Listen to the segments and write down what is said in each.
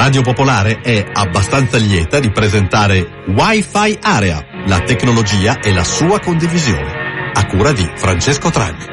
Radio Popolare è abbastanza lieta di presentare Wi-Fi Area, la tecnologia e la sua condivisione, a cura di Francesco Tragni.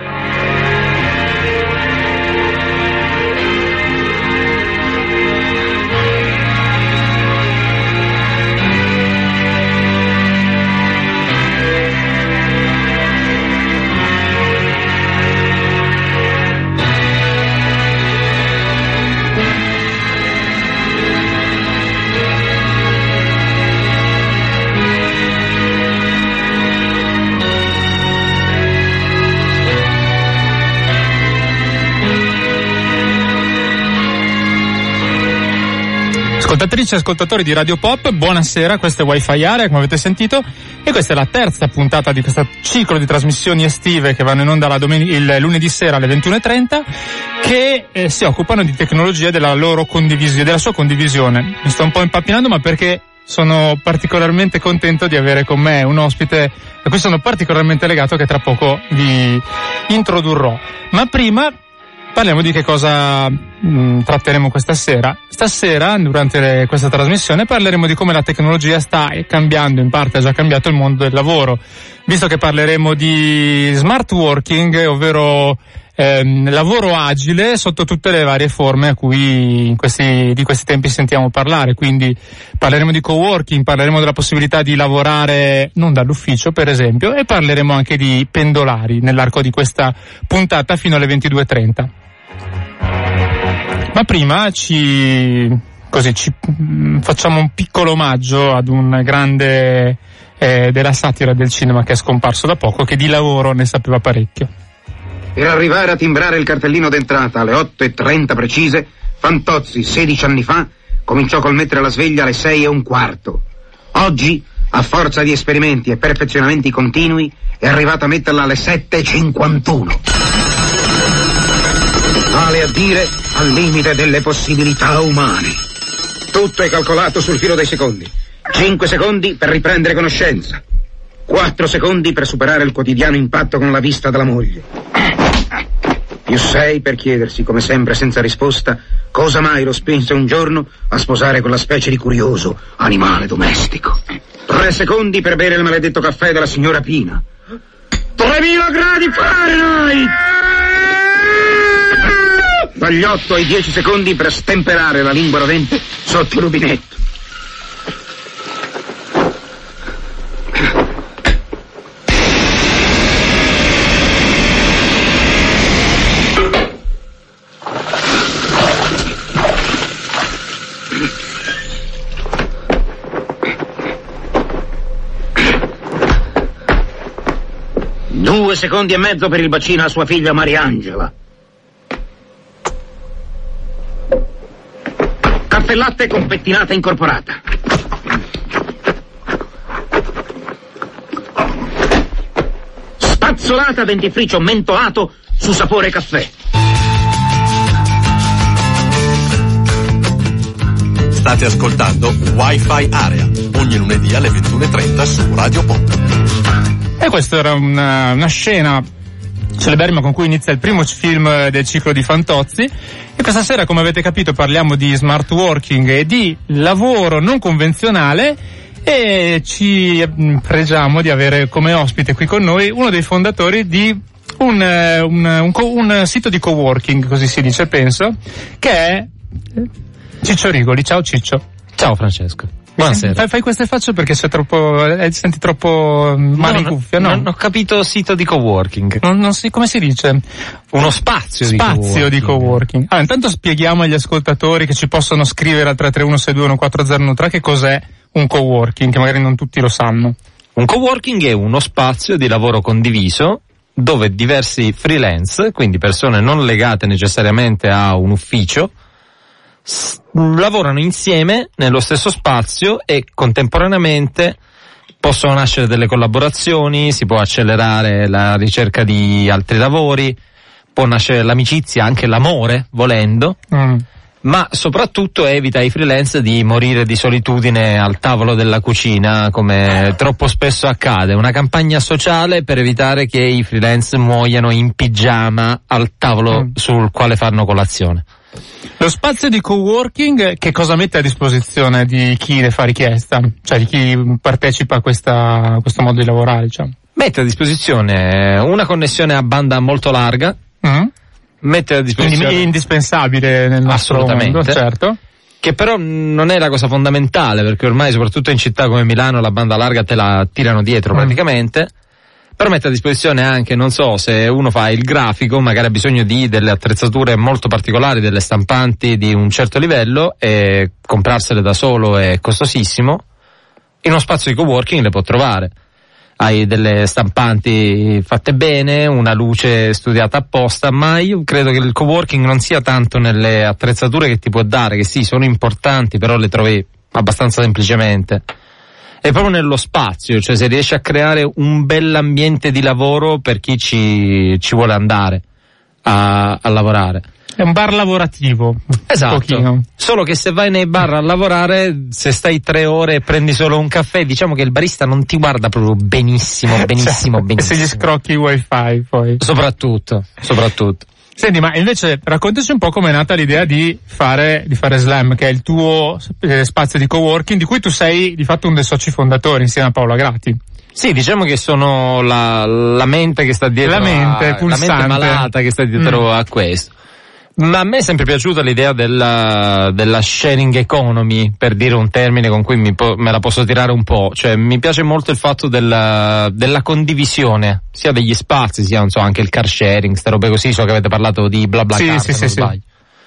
Ascoltatrici e ascoltatori di Radio Pop, buonasera, questo è Wi-Fi Area, come avete sentito, e questa è la terza puntata di questo ciclo di trasmissioni estive che vanno in onda il lunedì sera alle 21:30, che si occupano di tecnologia e della loro condivisione, della sua condivisione. Mi sto un po' impappinando, ma perché sono particolarmente contento di avere con me un ospite a cui sono particolarmente legato, che tra poco vi introdurrò. Ma prima parliamo di che cosa tratteremo questa sera. Stasera, durante questa trasmissione, parleremo di come la tecnologia sta cambiando, in parte ha già cambiato il mondo del lavoro, visto che parleremo di smart working, ovvero lavoro agile sotto tutte le varie forme a cui di questi tempi sentiamo parlare. Quindi parleremo di coworking, parleremo della possibilità di lavorare non dall'ufficio, per esempio, e parleremo anche di pendolari nell'arco di questa puntata fino alle 22:30. Ma prima ci facciamo un piccolo omaggio ad un grande della satira del cinema che è scomparso da poco, che di lavoro ne sapeva parecchio. Per arrivare a timbrare il cartellino d'entrata alle 8:30 precise, Fantozzi 16 anni fa cominciò col mettere la sveglia alle 6:15. Oggi, a forza di esperimenti e perfezionamenti continui, è arrivato a metterla alle 7:51. Vale a dire al limite delle possibilità umane. Tutto è calcolato sul filo dei secondi. 5 secondi per riprendere conoscenza. 4 secondi per superare il quotidiano impatto con la vista della moglie. Più 6 per chiedersi, come sempre senza risposta, cosa mai lo spinse un giorno a sposare quella specie di curioso animale domestico. 3 secondi per bere il maledetto caffè della signora Pina. 3000 gradi Fahrenheit! Dagli 8 ai 10 secondi per stemperare la lingua rovente sotto il rubinetto. Due secondi e mezzo per il bacino a sua figlia Mariangela. Caffè latte con pettinata incorporata. Spazzolata dentifricio mentolato su sapore caffè. State ascoltando Wi-Fi Area, ogni lunedì alle 21:30 su Radio Pop. E questa era una scena celeberrima con cui inizia il primo film del ciclo di Fantozzi, e questa sera, come avete capito, parliamo di smart working e di lavoro non convenzionale, e ci pregiamo di avere come ospite qui con noi uno dei fondatori di un sito di coworking, così si dice, penso, che è Ciccio Rigoli. Ciao Ciccio. Ciao Francesco. Buonasera. Fai queste facce perché sei troppo, senti troppo male in cuffia, no? Non ho capito sito di coworking. Non si, come si dice? Uno spazio di coworking. Allora, intanto spieghiamo agli ascoltatori che ci possono scrivere al 331-621-4013 che cos'è un coworking, che magari non tutti lo sanno. Un coworking è uno spazio di lavoro condiviso dove diversi freelance, quindi persone non legate necessariamente a un ufficio, lavorano insieme nello stesso spazio e contemporaneamente possono nascere delle collaborazioni, si può accelerare la ricerca di altri lavori, può nascere l'amicizia, anche l'amore, volendo, ma soprattutto evita ai freelance di morire di solitudine al tavolo della cucina, come troppo spesso accade. Una campagna sociale per evitare che i freelance muoiano in pigiama al tavolo sul quale fanno colazione. Lo spazio di coworking che cosa mette a disposizione di chi ne fa richiesta? Cioè di chi partecipa a questo modo di lavorare, diciamo? Mette a disposizione una connessione a banda molto larga, mette a disposizione... Quindi indispensabile nel nostro mondo, certo. Che però non è la cosa fondamentale, perché ormai soprattutto in città come Milano la banda larga te la tirano dietro praticamente. Però mette a disposizione anche, non so, se uno fa il grafico, magari ha bisogno di delle attrezzature molto particolari, delle stampanti di un certo livello, e comprarsele da solo è costosissimo. In uno spazio di coworking le può trovare. Hai delle stampanti fatte bene, una luce studiata apposta, ma io credo che il coworking non sia tanto nelle attrezzature che ti può dare, che sì, sono importanti, però le trovi abbastanza semplicemente. È proprio nello spazio, cioè se riesci a creare un bell'ambiente di lavoro per chi ci vuole andare a lavorare. È un bar lavorativo. Esatto. Pochino. Solo che se vai nei bar a lavorare, se stai 3 ore e prendi solo un caffè, diciamo che il barista non ti guarda proprio benissimo. Se gli scrocchi il wifi poi. Soprattutto. Senti, ma invece raccontaci un po' com'è nata l'idea di fare Slam, che è il tuo spazio di coworking, di cui tu sei di fatto uno dei soci fondatori insieme a Paolo Agrati. Sì, diciamo che sono la mente che sta dietro, la mente malata che sta dietro a questo. Ma a me è sempre piaciuta l'idea della sharing economy, per dire un termine con cui me la posso tirare un po'. Cioè, mi piace molto il fatto della condivisione, sia degli spazi, sia, non so, anche il car sharing, ste robe così, so che avete parlato di BlaBlaCar, se non sbaglio.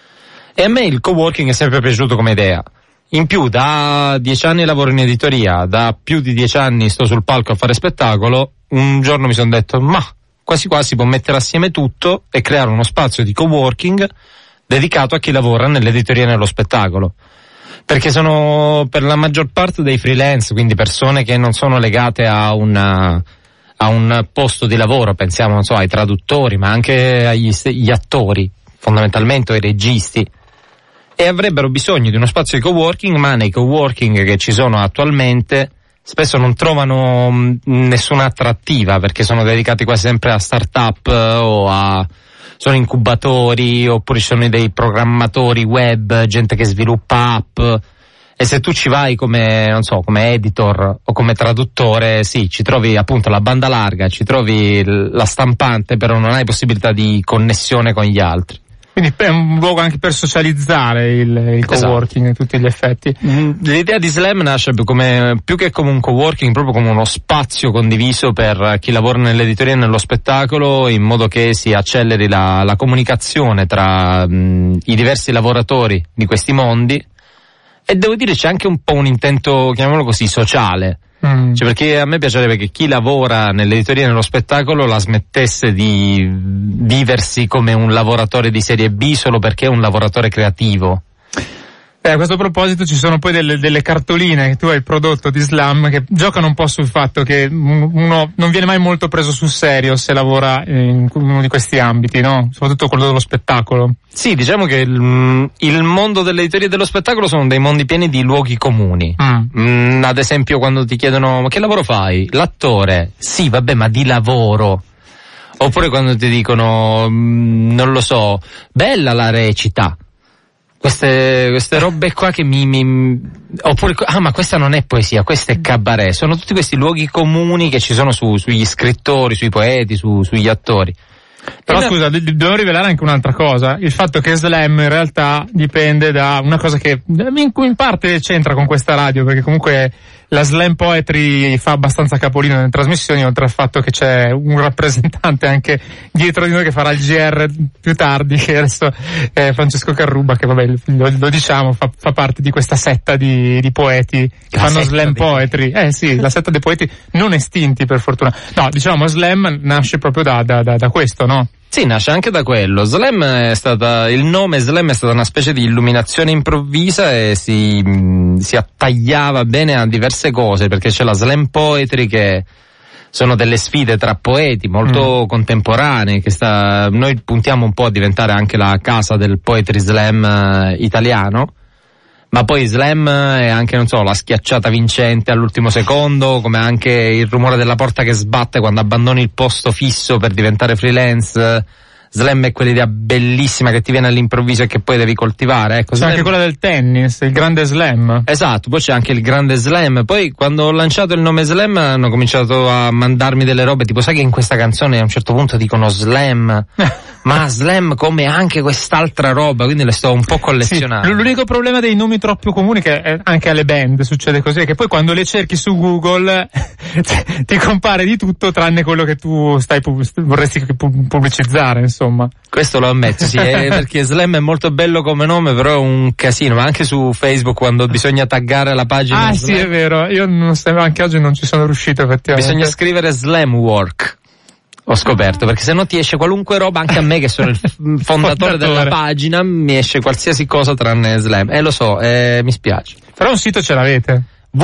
E a me il coworking è sempre piaciuto come idea. In più, da 10 anni lavoro in editoria, da più di 10 anni sto sul palco a fare spettacolo, un giorno mi sono detto, ma quasi quasi può mettere assieme tutto e creare uno spazio di coworking dedicato a chi lavora nell'editoria e nello spettacolo. Perché sono per la maggior parte dei freelance, quindi persone che non sono legate a un posto di lavoro, pensiamo, non so, ai traduttori, ma anche agli attori, fondamentalmente ai registi, e avrebbero bisogno di uno spazio di coworking, ma nei coworking che ci sono attualmente spesso non trovano nessuna attrattiva, perché sono dedicati quasi sempre a start-up sono incubatori, oppure ci sono dei programmatori web, gente che sviluppa app, e se tu ci vai come, non so, come editor o come traduttore, sì, ci trovi appunto la banda larga, ci trovi la stampante, però non hai possibilità di connessione con gli altri. Quindi è un luogo anche per socializzare il coworking, esatto, a tutti gli effetti. L'idea di Slam nasce più che come un coworking, proprio come uno spazio condiviso per chi lavora nell'editoria e nello spettacolo, in modo che si acceleri la comunicazione tra i diversi lavoratori di questi mondi. E devo dire c'è anche un po' un intento, chiamiamolo così, sociale. Cioè, perché a me piacerebbe che chi lavora nell'editoria e nello spettacolo la smettesse di viversi come un lavoratore di serie B solo perché è un lavoratore creativo. A questo proposito ci sono poi delle cartoline che tu hai prodotto di Slam che giocano un po' sul fatto che uno non viene mai molto preso sul serio se lavora in uno di questi ambiti, no? Soprattutto quello dello spettacolo. Sì, diciamo che il mondo dell'editoria e dello spettacolo sono dei mondi pieni di luoghi comuni. Ad esempio, quando ti chiedono ma che lavoro fai? L'attore. Sì, vabbè, ma di lavoro. Oppure quando ti dicono non lo so, bella la recita. Queste robe qua che oppure, ma questa non è poesia, questa è cabaret. Sono tutti questi luoghi comuni che ci sono sugli scrittori, sui poeti, sugli attori. Però scusa, devo rivelare anche un'altra cosa, il fatto che Slam in realtà dipende da una cosa che in parte c'entra con questa radio, perché comunque la Slam Poetry fa abbastanza capolino nelle trasmissioni, oltre al fatto che c'è un rappresentante anche dietro di noi che farà il GR più tardi, che adesso è Francesco Carruba, che vabbè lo diciamo, fa parte di questa setta di poeti che fanno Slam Poetry. Sì, la setta dei poeti non estinti, per fortuna. No, diciamo Slam nasce proprio da questo, no? Sì, nasce anche da quello. Il nome Slam è stata una specie di illuminazione improvvisa e si attagliava bene a diverse cose, perché c'è la Slam Poetry, che sono delle sfide tra poeti molto contemporanei, noi puntiamo un po' a diventare anche la casa del Poetry Slam italiano. Ma poi Slam è anche, non so, la schiacciata vincente all'ultimo secondo, come anche il rumore della porta che sbatte quando abbandoni il posto fisso per diventare freelance. Slam è quell'idea bellissima che ti viene all'improvviso e che poi devi coltivare. Ecco, c'è anche quella del tennis, il grande slam. Esatto, poi c'è anche il grande slam. Poi quando ho lanciato il nome slam hanno cominciato a mandarmi delle robe tipo, sai che in questa canzone a un certo punto dicono slam, ma slam come anche quest'altra roba, quindi le sto un po' collezionando. Sì, l'unico problema dei nomi troppo comuni, che anche alle band succede così, è che poi quando le cerchi su Google ti compare di tutto tranne quello che tu vorresti pubblicizzare, insomma. Questo lo ammetto, sì, perché slam è molto bello come nome, però è un casino, ma anche su Facebook quando bisogna taggare la pagina. Ah sì, è vero, io anche oggi non ci sono riuscito effettivamente. Bisogna scrivere slam work. Ho scoperto, perché se no ti esce qualunque roba, anche a me che sono il fondatore della pagina, mi esce qualsiasi cosa tranne slam. Lo so, mi spiace. Però un sito ce l'avete.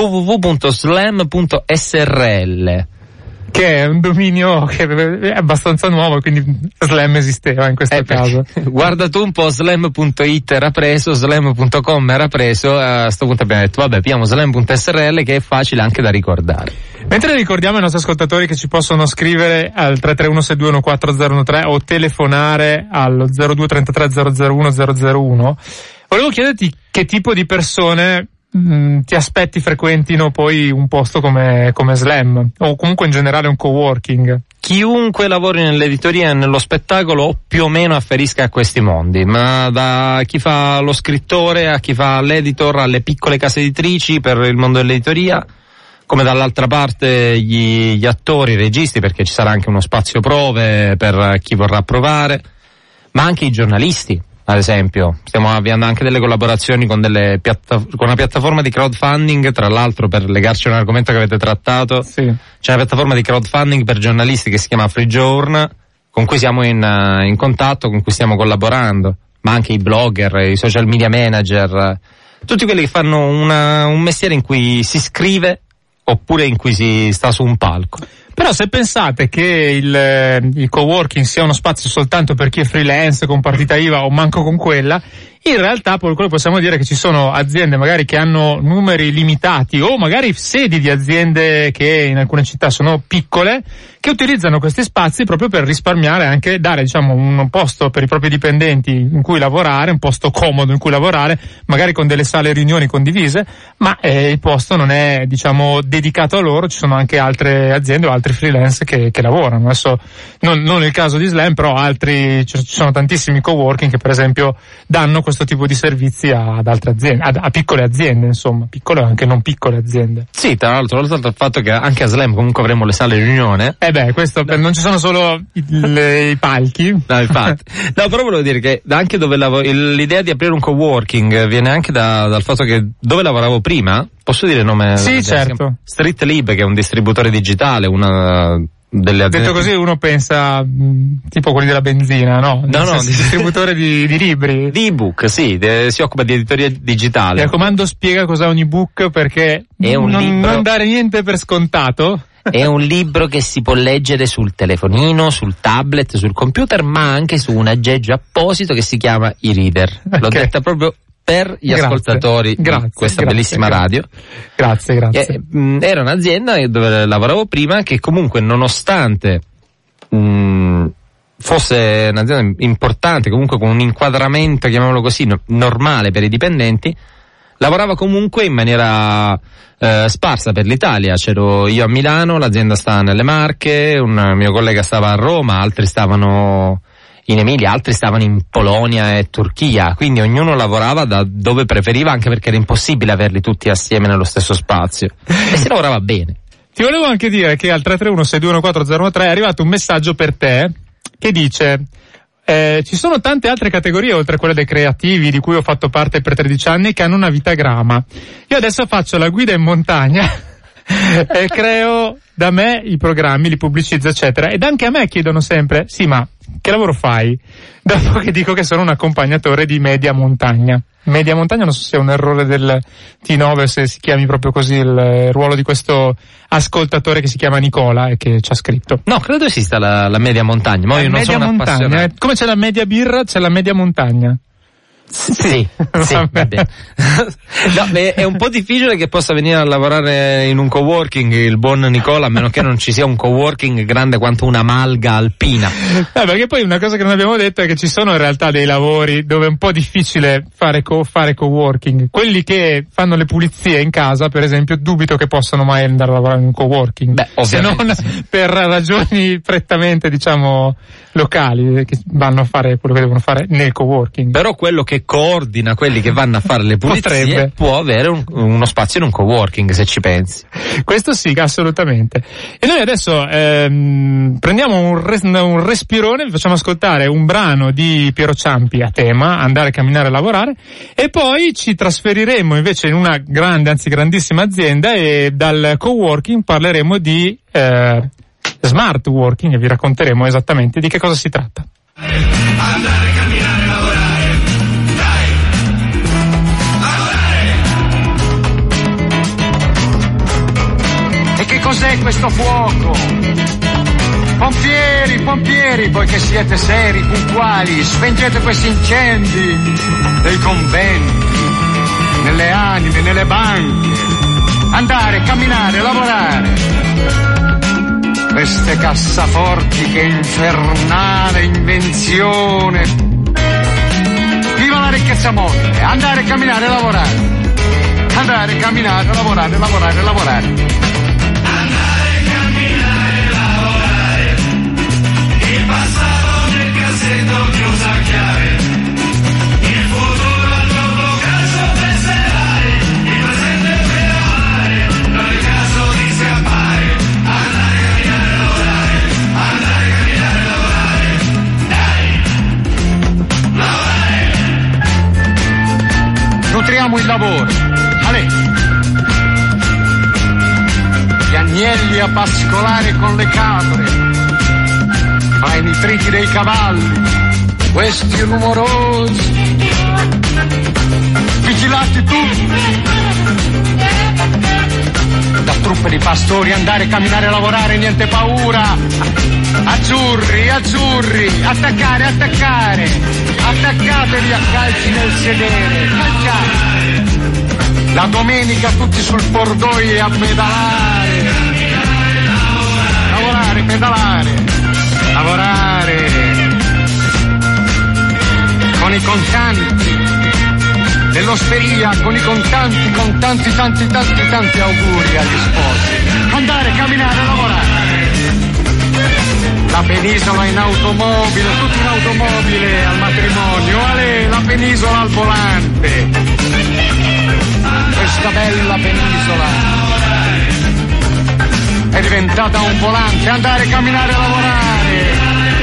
www.slam.srl, che è un dominio che è abbastanza nuovo, quindi slam esisteva in questo caso. Guarda tu un po', slam.it era preso, slam.com era preso, a sto punto abbiamo detto vabbè, pigliamo slam.srl che è facile anche da ricordare. Mentre ricordiamo ai nostri ascoltatori che ci possono scrivere al 331-621-4013 o telefonare allo 0233 001 001, volevo chiederti che tipo di persone ti aspetti frequentino poi un posto come Slam, o comunque in generale un coworking. Chiunque lavori nell'editoria e nello spettacolo più o meno afferisca a questi mondi, ma da chi fa lo scrittore a chi fa l'editor, alle piccole case editrici per il mondo dell'editoria, come dall'altra parte gli attori, i registi, perché ci sarà anche uno spazio prove per chi vorrà provare, ma anche i giornalisti. Ad esempio, stiamo avviando anche delle collaborazioni con con una piattaforma di crowdfunding, tra l'altro per legarci a un argomento che avete trattato. Sì. C'è una piattaforma di crowdfunding per giornalisti che si chiama Freejourn, con cui siamo in contatto, con cui stiamo collaborando, ma anche i blogger, i social media manager, tutti quelli che fanno un mestiere in cui si scrive oppure in cui si sta su un palco. Però se pensate che il coworking sia uno spazio soltanto per chi è freelance con partita IVA o manco con quella, in realtà poi quello possiamo dire che ci sono aziende magari che hanno numeri limitati o magari sedi di aziende che in alcune città sono piccole, che utilizzano questi spazi proprio per risparmiare, anche dare un posto per i propri dipendenti in cui lavorare, un posto comodo in cui lavorare, magari con delle sale riunioni condivise, ma il posto non è dedicato a loro, ci sono anche altre aziende o altri freelance che lavorano. Adesso non il caso di Slam, però ci sono tantissimi coworking che per esempio danno questo tipo di servizi ad altre aziende, a piccole aziende, insomma, piccole o anche non piccole aziende. Sì, tra l'altro il fatto che anche a Slam comunque avremo le sale riunione. Questo non ci sono solo i palchi. No, infatti. No, però volevo dire che anche dove l'idea di aprire un coworking viene anche dal fatto che dove lavoravo prima, posso dire il nome? Sì, certo. Streetlib, che è un distributore digitale, una delle aziende. Detto così uno pensa tipo quelli della benzina, no? No, distributore di libri. Di ebook, sì, si occupa di editoria digitale. Mi raccomando, spiega cos'è un ebook, perché è un libro... non dare niente per scontato. È un libro che si può leggere sul telefonino, sul tablet, sul computer, ma anche su un aggeggio apposito che si chiama e-reader. L'ho detta proprio per gli ascoltatori di questa bellissima radio. Grazie. Era un'azienda dove lavoravo prima che comunque, nonostante fosse un'azienda importante, comunque con un inquadramento, chiamiamolo così, normale per i dipendenti, lavorava comunque in maniera sparsa per l'Italia. C'ero io a Milano, l'azienda sta nelle Marche, un mio collega stava a Roma, altri stavano in Emilia, altri stavano in Polonia e Turchia, quindi ognuno lavorava da dove preferiva, anche perché era impossibile averli tutti assieme nello stesso spazio e si lavorava bene. Ti volevo anche dire che al 331-621-4013 è arrivato un messaggio per te che dice: ci sono tante altre categorie oltre a quelle dei creativi di cui ho fatto parte per 13 anni che hanno una vita grama. Io adesso faccio la guida in montagna e creo da me i programmi, li pubblicizzo eccetera, ed anche a me chiedono sempre: sì, ma che lavoro fai? Dopo che dico che sono un accompagnatore di media montagna. Media montagna, non so se è un errore del T9, se si chiami proprio così il ruolo di questo ascoltatore che si chiama Nicola e che ci ha scritto. No, credo esista la media montagna, ma io non sono un appassionato. Come c'è la media birra, c'è la media montagna. Sì, vabbè. No, è un po' difficile che possa venire a lavorare in un coworking il buon Nicola, a meno che non ci sia un coworking grande quanto una malga alpina. Perché poi una cosa che non abbiamo detto è che ci sono in realtà dei lavori dove è un po' difficile fare coworking. Quelli che fanno le pulizie in casa, per esempio, dubito che possano mai andare a lavorare in un coworking. Se non per ragioni prettamente, diciamo, locali, che vanno a fare quello che devono fare nel coworking. Però quello che coordina quelli che vanno a fare le pulizie può avere uno spazio in un coworking, se ci pensi. Questo sì, assolutamente. E noi adesso prendiamo un respirone, vi facciamo ascoltare un brano di Piero Ciampi a tema Andare, camminare, lavorare, e poi ci trasferiremo invece in una grande, anzi grandissima azienda, e dal coworking parleremo di smart working e vi racconteremo esattamente di che cosa si tratta. Andare, camminare, lavorare, dai, lavorare. E che cos'è questo fuoco? Pompieri, voi che siete seri, puntuali, spengete questi incendi nei conventi, nelle anime, nelle banche. Andare, camminare, lavorare. Queste cassaforti, che infernale invenzione. Viva la ricchezza mobile, andare, camminare, lavorare. Andare, camminare, lavorare, lavorare, lavorare. Andare, camminare, lavorare. Il passato nel cassetto chiuso a chiave. Il futuro al dopo calcio per sperare. Il presente per amare. Non è caso di scappare. Nutriamo il lavoro. Ale. Gli agnelli a pascolare con le capre. Fra i nitriti dei cavalli. Questi rumorosi. Vigilati tutti. Da truppe di pastori, andare, camminare, lavorare, niente paura. Azzurri, attaccare. Attaccatevi a calci nel sedere, calciate. La domenica tutti sul corridoio e a pedalare. Lavorare, pedalare. Lavorare. Con i contanti. Nell'osteria, con i contanti, tanti auguri agli sposi. Andare, camminare, lavorare. La penisola in automobile, tutti in automobile al matrimonio, la penisola al volante. Questa bella penisola è diventata un volante, andare, camminare, lavorare.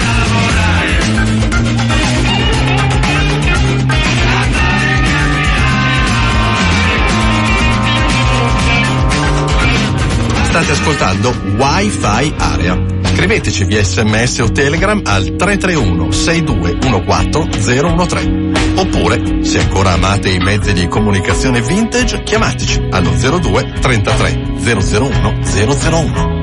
State ascoltando Wi-Fi Area. Scriveteci via SMS o Telegram al 331 6214 013. Oppure, se ancora amate i mezzi di comunicazione vintage, chiamateci allo 02 33 001 001.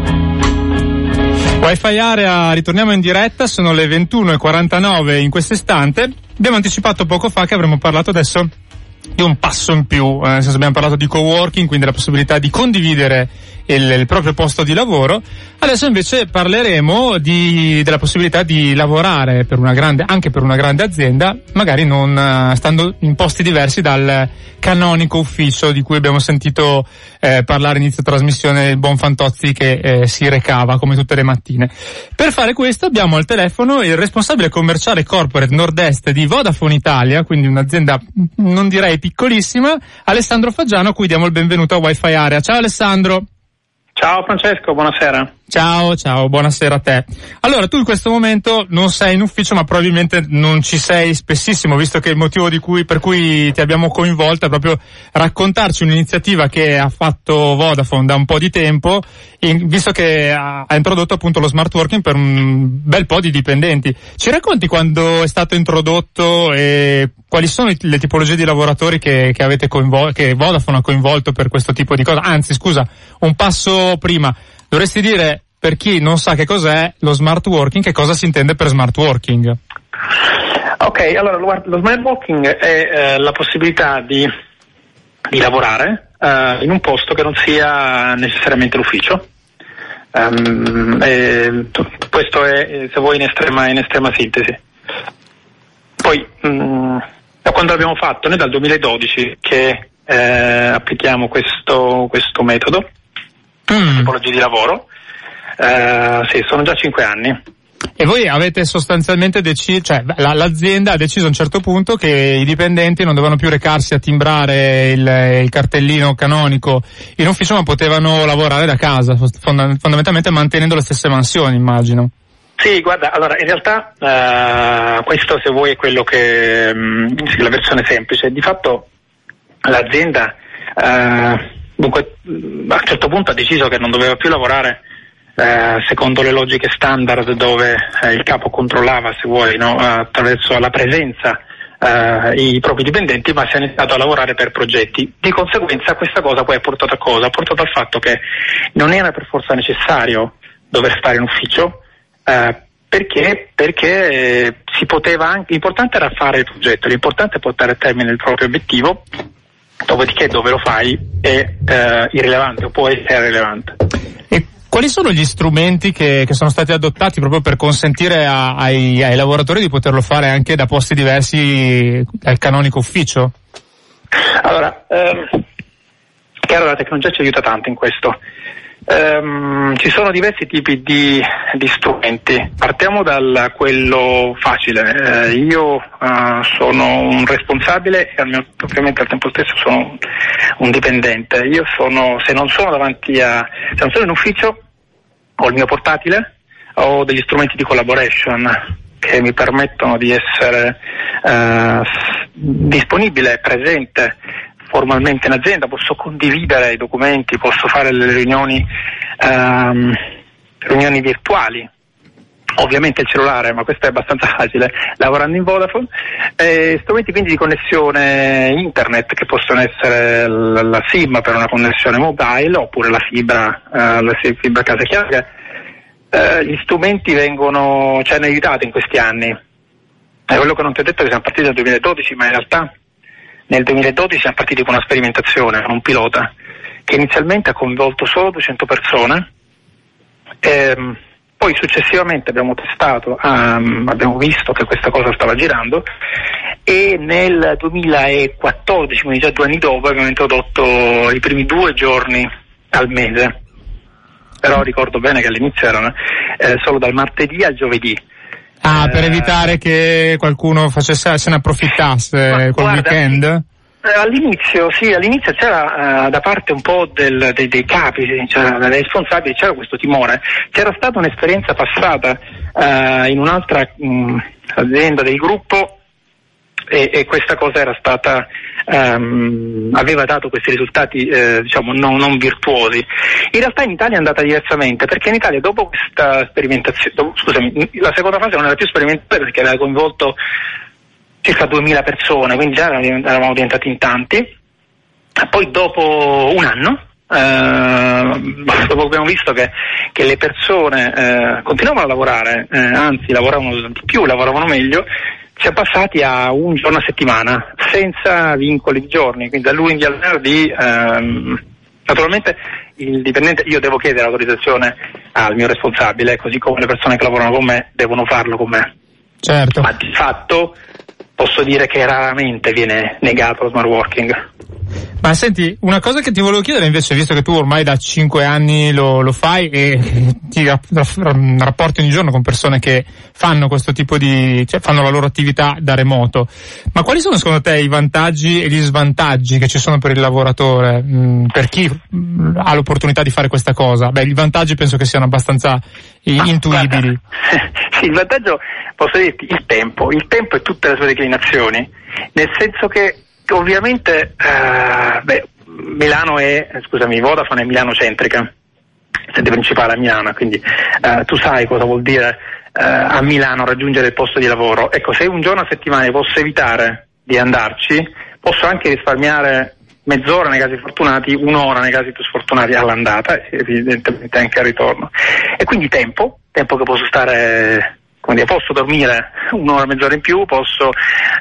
Wi-Fi Area, ritorniamo in diretta, sono le 21:49 in questo istante. Abbiamo anticipato poco fa che avremmo parlato adesso di un passo in più, nel senso abbiamo parlato di coworking, quindi la possibilità di condividere il proprio posto di lavoro. Adesso invece parleremo della possibilità di lavorare anche per una grande azienda, magari non stando in posti diversi dal canonico ufficio di cui abbiamo sentito parlare inizio trasmissione il buon Fantozzi che si recava come tutte le mattine. Per fare questo abbiamo al telefono il responsabile commerciale corporate nord-est di Vodafone Italia, quindi un'azienda non direi piccolissima, Alessandro Faggiano, a cui diamo il benvenuto a Wi-Fi Area. Ciao Alessandro. Ciao Francesco, buonasera. Ciao, buonasera a te. Allora, tu in questo momento non sei in ufficio, ma probabilmente non ci sei spessissimo, visto che il motivo per cui ti abbiamo coinvolto è proprio raccontarci un'iniziativa che ha fatto Vodafone da un po' di tempo, visto che ha introdotto appunto lo smart working per un bel po' di dipendenti. Ci racconti quando è stato introdotto e quali sono le tipologie di lavoratori che avete che Vodafone ha coinvolto per questo tipo di cosa? Anzi, scusa, un passo prima. Dovresti dire, per chi non sa che cos'è lo smart working, che cosa si intende per smart working? Ok, allora lo smart working è la possibilità di lavorare in un posto che non sia necessariamente l'ufficio. Questo è, se vuoi, in estrema sintesi. Poi da quando l'abbiamo fatto? Noi dal 2012 che applichiamo questo metodo, tipologia di lavoro. Sì, sono già 5 anni. E voi avete sostanzialmente deciso, cioè l'azienda ha deciso a un certo punto che i dipendenti non dovevano più recarsi a timbrare il cartellino canonico in ufficio, ma potevano lavorare da casa, fondamentalmente mantenendo le stesse mansioni, immagino. Sì, guarda, allora in realtà questo, se vuoi, è quello che la versione semplice. Di fatto l'azienda dunque a un certo punto ha deciso che non doveva più lavorare secondo le logiche standard dove il capo controllava, se vuoi, no, attraverso la presenza i propri dipendenti, ma si è iniziato a lavorare per progetti. Di conseguenza questa cosa poi ha portato a cosa? Ha portato al fatto che non era per forza necessario dover stare in ufficio, perché si poteva anche, l'importante era fare il progetto, l'importante è portare a termine il proprio obiettivo, dopodiché dove lo fai è irrilevante o può essere rilevante. E quali sono gli strumenti che sono stati adottati proprio per consentire ai lavoratori di poterlo fare anche da posti diversi dal canonico ufficio? Allora, chiaro, la tecnologia ci aiuta tanto in questo. Ci sono diversi tipi di strumenti. Partiamo da quello facile. Io sono un responsabile e ovviamente al tempo stesso sono un dipendente. Io se non sono in ufficio, ho il mio portatile, ho degli strumenti di collaboration che mi permettono di essere disponibile, presente formalmente in azienda, posso condividere i documenti, posso fare le riunioni virtuali, ovviamente il cellulare, ma questo è abbastanza facile, lavorando in Vodafone, strumenti quindi di connessione internet che possono essere la SIM per una connessione mobile oppure la fibra casa chiara. Gli strumenti ci hanno aiutato in questi anni. È quello che non ti ho detto, che siamo partiti dal 2012, ma in realtà nel 2012 siamo partiti con una sperimentazione, con un pilota, che inizialmente ha coinvolto solo 200 persone, poi successivamente abbiamo testato, abbiamo visto che questa cosa stava girando, e nel 2014, quindi già 2 anni dopo, abbiamo introdotto i primi 2 giorni al mese, però ricordo bene che all'inizio erano solo dal martedì al giovedì. Per evitare che qualcuno se ne approfittasse col weekend? All'inizio c'era da parte un po' dei capi, cioè dei responsabili, c'era questo timore. C'era stata un'esperienza passata in un'altra azienda del gruppo e questa cosa era stata aveva dato questi risultati non virtuosi. In realtà in Italia è andata diversamente, perché in Italia dopo questa sperimentazione, la seconda fase non era più sperimentale perché aveva coinvolto circa 2000 persone, quindi già eravamo diventati in tanti. Poi dopo un anno dopo abbiamo visto che le persone continuavano a lavorare, anzi lavoravano di più, lavoravano meglio. Siamo passati a un giorno a settimana, senza vincoli di giorni, quindi da lunedì al venerdì. Naturalmente il dipendente, io devo chiedere l'autorizzazione al mio responsabile, così come le persone che lavorano con me devono farlo con me. Certo. Ma di fatto posso dire che raramente viene negato lo smart working. Ma senti, una cosa che ti volevo chiedere invece, visto che tu ormai da 5 anni lo fai e ti rapporti ogni giorno con persone che fanno questo tipo fanno la loro attività da remoto, ma quali sono secondo te i vantaggi e gli svantaggi che ci sono per il lavoratore, per chi ha l'opportunità di fare questa cosa? Beh, i vantaggi penso che siano abbastanza intuibili. Sì, il vantaggio, posso dirti, il tempo e tutte le sue declinazioni, nel senso che ovviamente Vodafone è Milano-centrica, sede principale a Milano, quindi tu sai cosa vuol dire a Milano raggiungere il posto di lavoro. Ecco, se un giorno a settimana posso evitare di andarci, posso anche risparmiare mezz'ora nei casi fortunati, un'ora nei casi più sfortunati all'andata, evidentemente anche al ritorno. E quindi tempo che posso stare Quindi posso dormire un'ora, mezz'ora in più, posso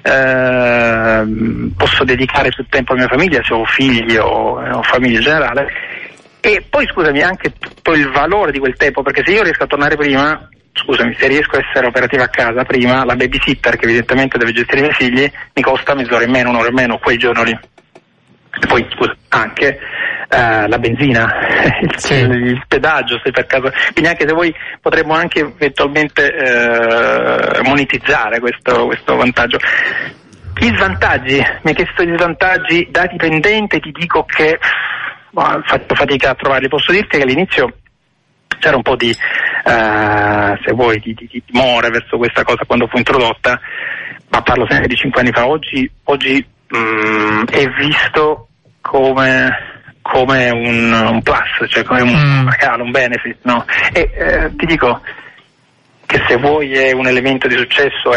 dedicare più tempo alla mia famiglia, se ho figli o famiglia in generale. E poi scusami, anche poi il valore di quel tempo, perché se io riesco a tornare prima, se riesco a essere operativa a casa prima, la babysitter che evidentemente deve gestire i miei figli mi costa mezz'ora in meno, un'ora in meno quel giorno lì. E poi anche la benzina, il pedaggio, se per caso, quindi anche se voi potremmo anche eventualmente monetizzare questo vantaggio. Gli svantaggi, mi hai chiesto gli svantaggi da dipendente, ti dico che faccio fatica a trovarli. Posso dirti che all'inizio c'era un po' di se vuoi di timore verso questa cosa quando fu introdotta, ma parlo sempre di 5 anni fa. Oggi è visto come un plus, cioè come un regalo, un benefit, no? E ti dico che se vuoi è un elemento di successo,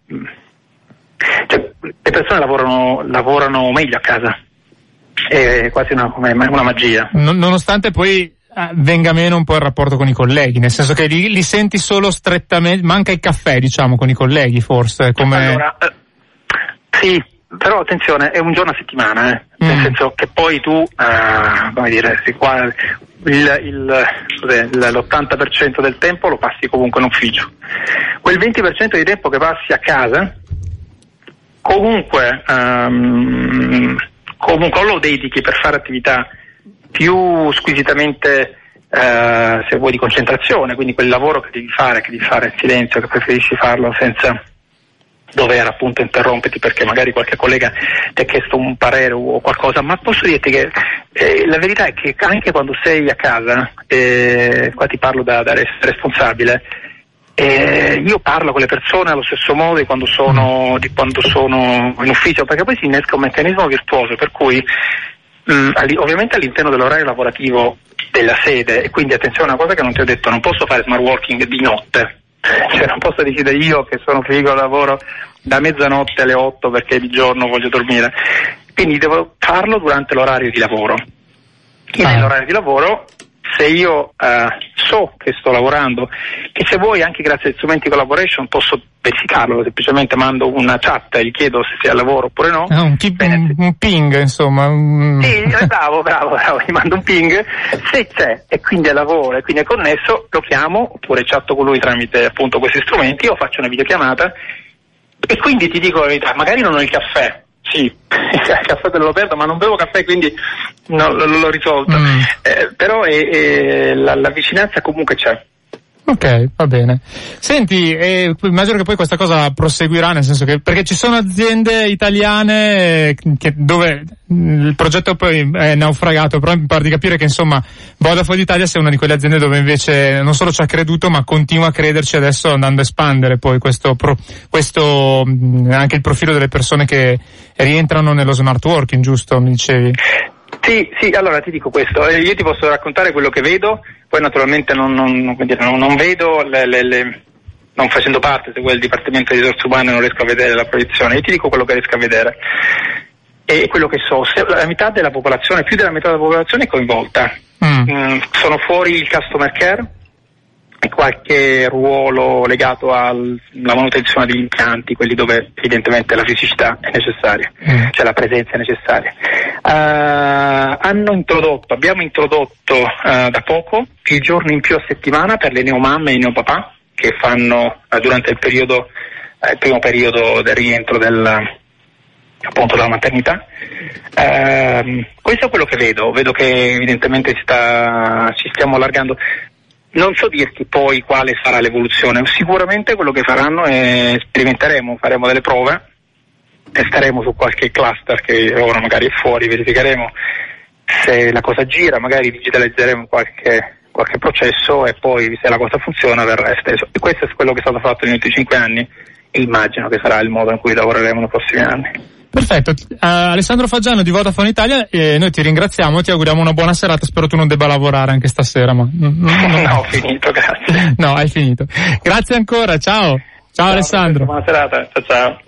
cioè, le persone lavorano meglio a casa, è quasi una magia. Nonostante poi venga meno un po' il rapporto con i colleghi, nel senso che li senti solo strettamente, manca il caffè, diciamo, con i colleghi, forse, come... Allora, sì, però attenzione, è un giorno a settimana, nel senso che poi tu, come dire, l'80% del tempo lo passi comunque in ufficio. Quel 20% di tempo che passi a casa, comunque lo dedichi per fare attività più squisitamente, se vuoi, di concentrazione, quindi quel lavoro che devi fare in silenzio, che preferisci farlo senza dover appunto interromperti perché magari qualche collega ti ha chiesto un parere o qualcosa. Ma posso dirti che la verità è che anche quando sei a casa, qua ti parlo da responsabile, io parlo con le persone allo stesso modo di quando sono in ufficio, perché poi si innesca un meccanismo virtuoso per cui ovviamente all'interno dell'orario lavorativo della sede, e quindi attenzione, una cosa che non ti ho detto, non posso fare smart working di notte, cioè non posso decidere io che sono figo, lavoro da mezzanotte alle 8 perché di giorno voglio dormire, quindi devo farlo durante l'orario di lavoro. E nell'orario di lavoro, se io so che sto lavorando, che se vuoi anche grazie agli strumenti di collaboration posso verificarlo, semplicemente mando una chat e gli chiedo se sia al lavoro oppure no. Un ping, insomma. Sì, bravo, gli mando un ping, se c'è e quindi è al lavoro e quindi è connesso, lo chiamo oppure chatto con lui tramite appunto questi strumenti, o faccio una videochiamata. E quindi ti dico la verità, magari non ho il caffè, sì, il caffè te lo perdo, ma non bevo caffè, quindi no, l'ho risolto, però la vicinanza comunque c'è. Ok, va bene. Senti, immagino che poi questa cosa proseguirà, nel senso che, perché ci sono aziende italiane dove il progetto poi è naufragato, però mi pare di capire che insomma Vodafone Italia sia una di quelle aziende dove invece non solo ci ha creduto ma continua a crederci adesso, andando a espandere poi questo anche il profilo delle persone che rientrano nello smart working, giusto? Mi dicevi? Sì, allora ti dico questo, io ti posso raccontare quello che vedo, poi naturalmente non vedo non facendo parte di quel dipartimento di risorse umane non riesco a vedere la proiezione, io ti dico quello che riesco a vedere e quello che so. Se la metà della popolazione, più della metà della popolazione è coinvolta, sono fuori il customer care e qualche ruolo legato alla manutenzione degli impianti, quelli dove evidentemente la fisicità è necessaria, cioè la presenza è necessaria. Abbiamo introdotto da poco il giorno in più a settimana per le neomamme e i neopapà che fanno durante il primo periodo del rientro appunto della maternità. Questo è quello che vedo che evidentemente ci stiamo allargando. Non so dirti poi quale sarà l'evoluzione, sicuramente quello che faranno è sperimenteremo, faremo delle prove, testeremo su qualche cluster che ora magari è fuori, verificheremo se la cosa gira, magari digitalizzeremo qualche processo e poi se la cosa funziona verrà esteso. E questo è quello che è stato fatto negli ultimi 5 anni e immagino che sarà il modo in cui lavoreremo nei prossimi anni. Perfetto, Alessandro Faggiano di Vodafone Italia, noi ti ringraziamo, ti auguriamo una buona serata, spero tu non debba lavorare anche stasera, ma... No, ho finito, grazie. No, hai finito. Grazie ancora, ciao Alessandro. Buona serata, ciao.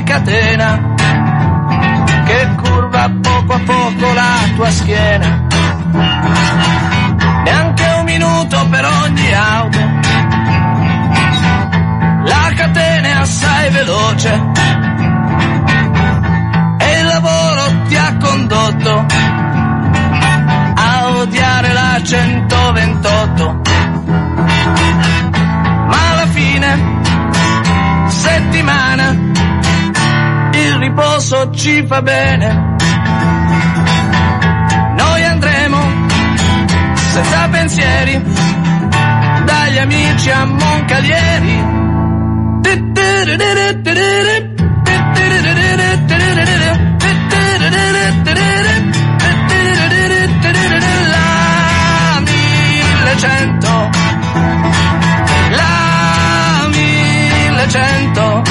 catena che curva poco a poco la tua schiena. Neanche un minuto per ogni auto, la catena è assai veloce e il lavoro ti ha condotto a odiare la 128. Ma alla fine settimana il riposo ci fa bene. Noi andremo senza pensieri dagli amici a Moncalieri. La 1100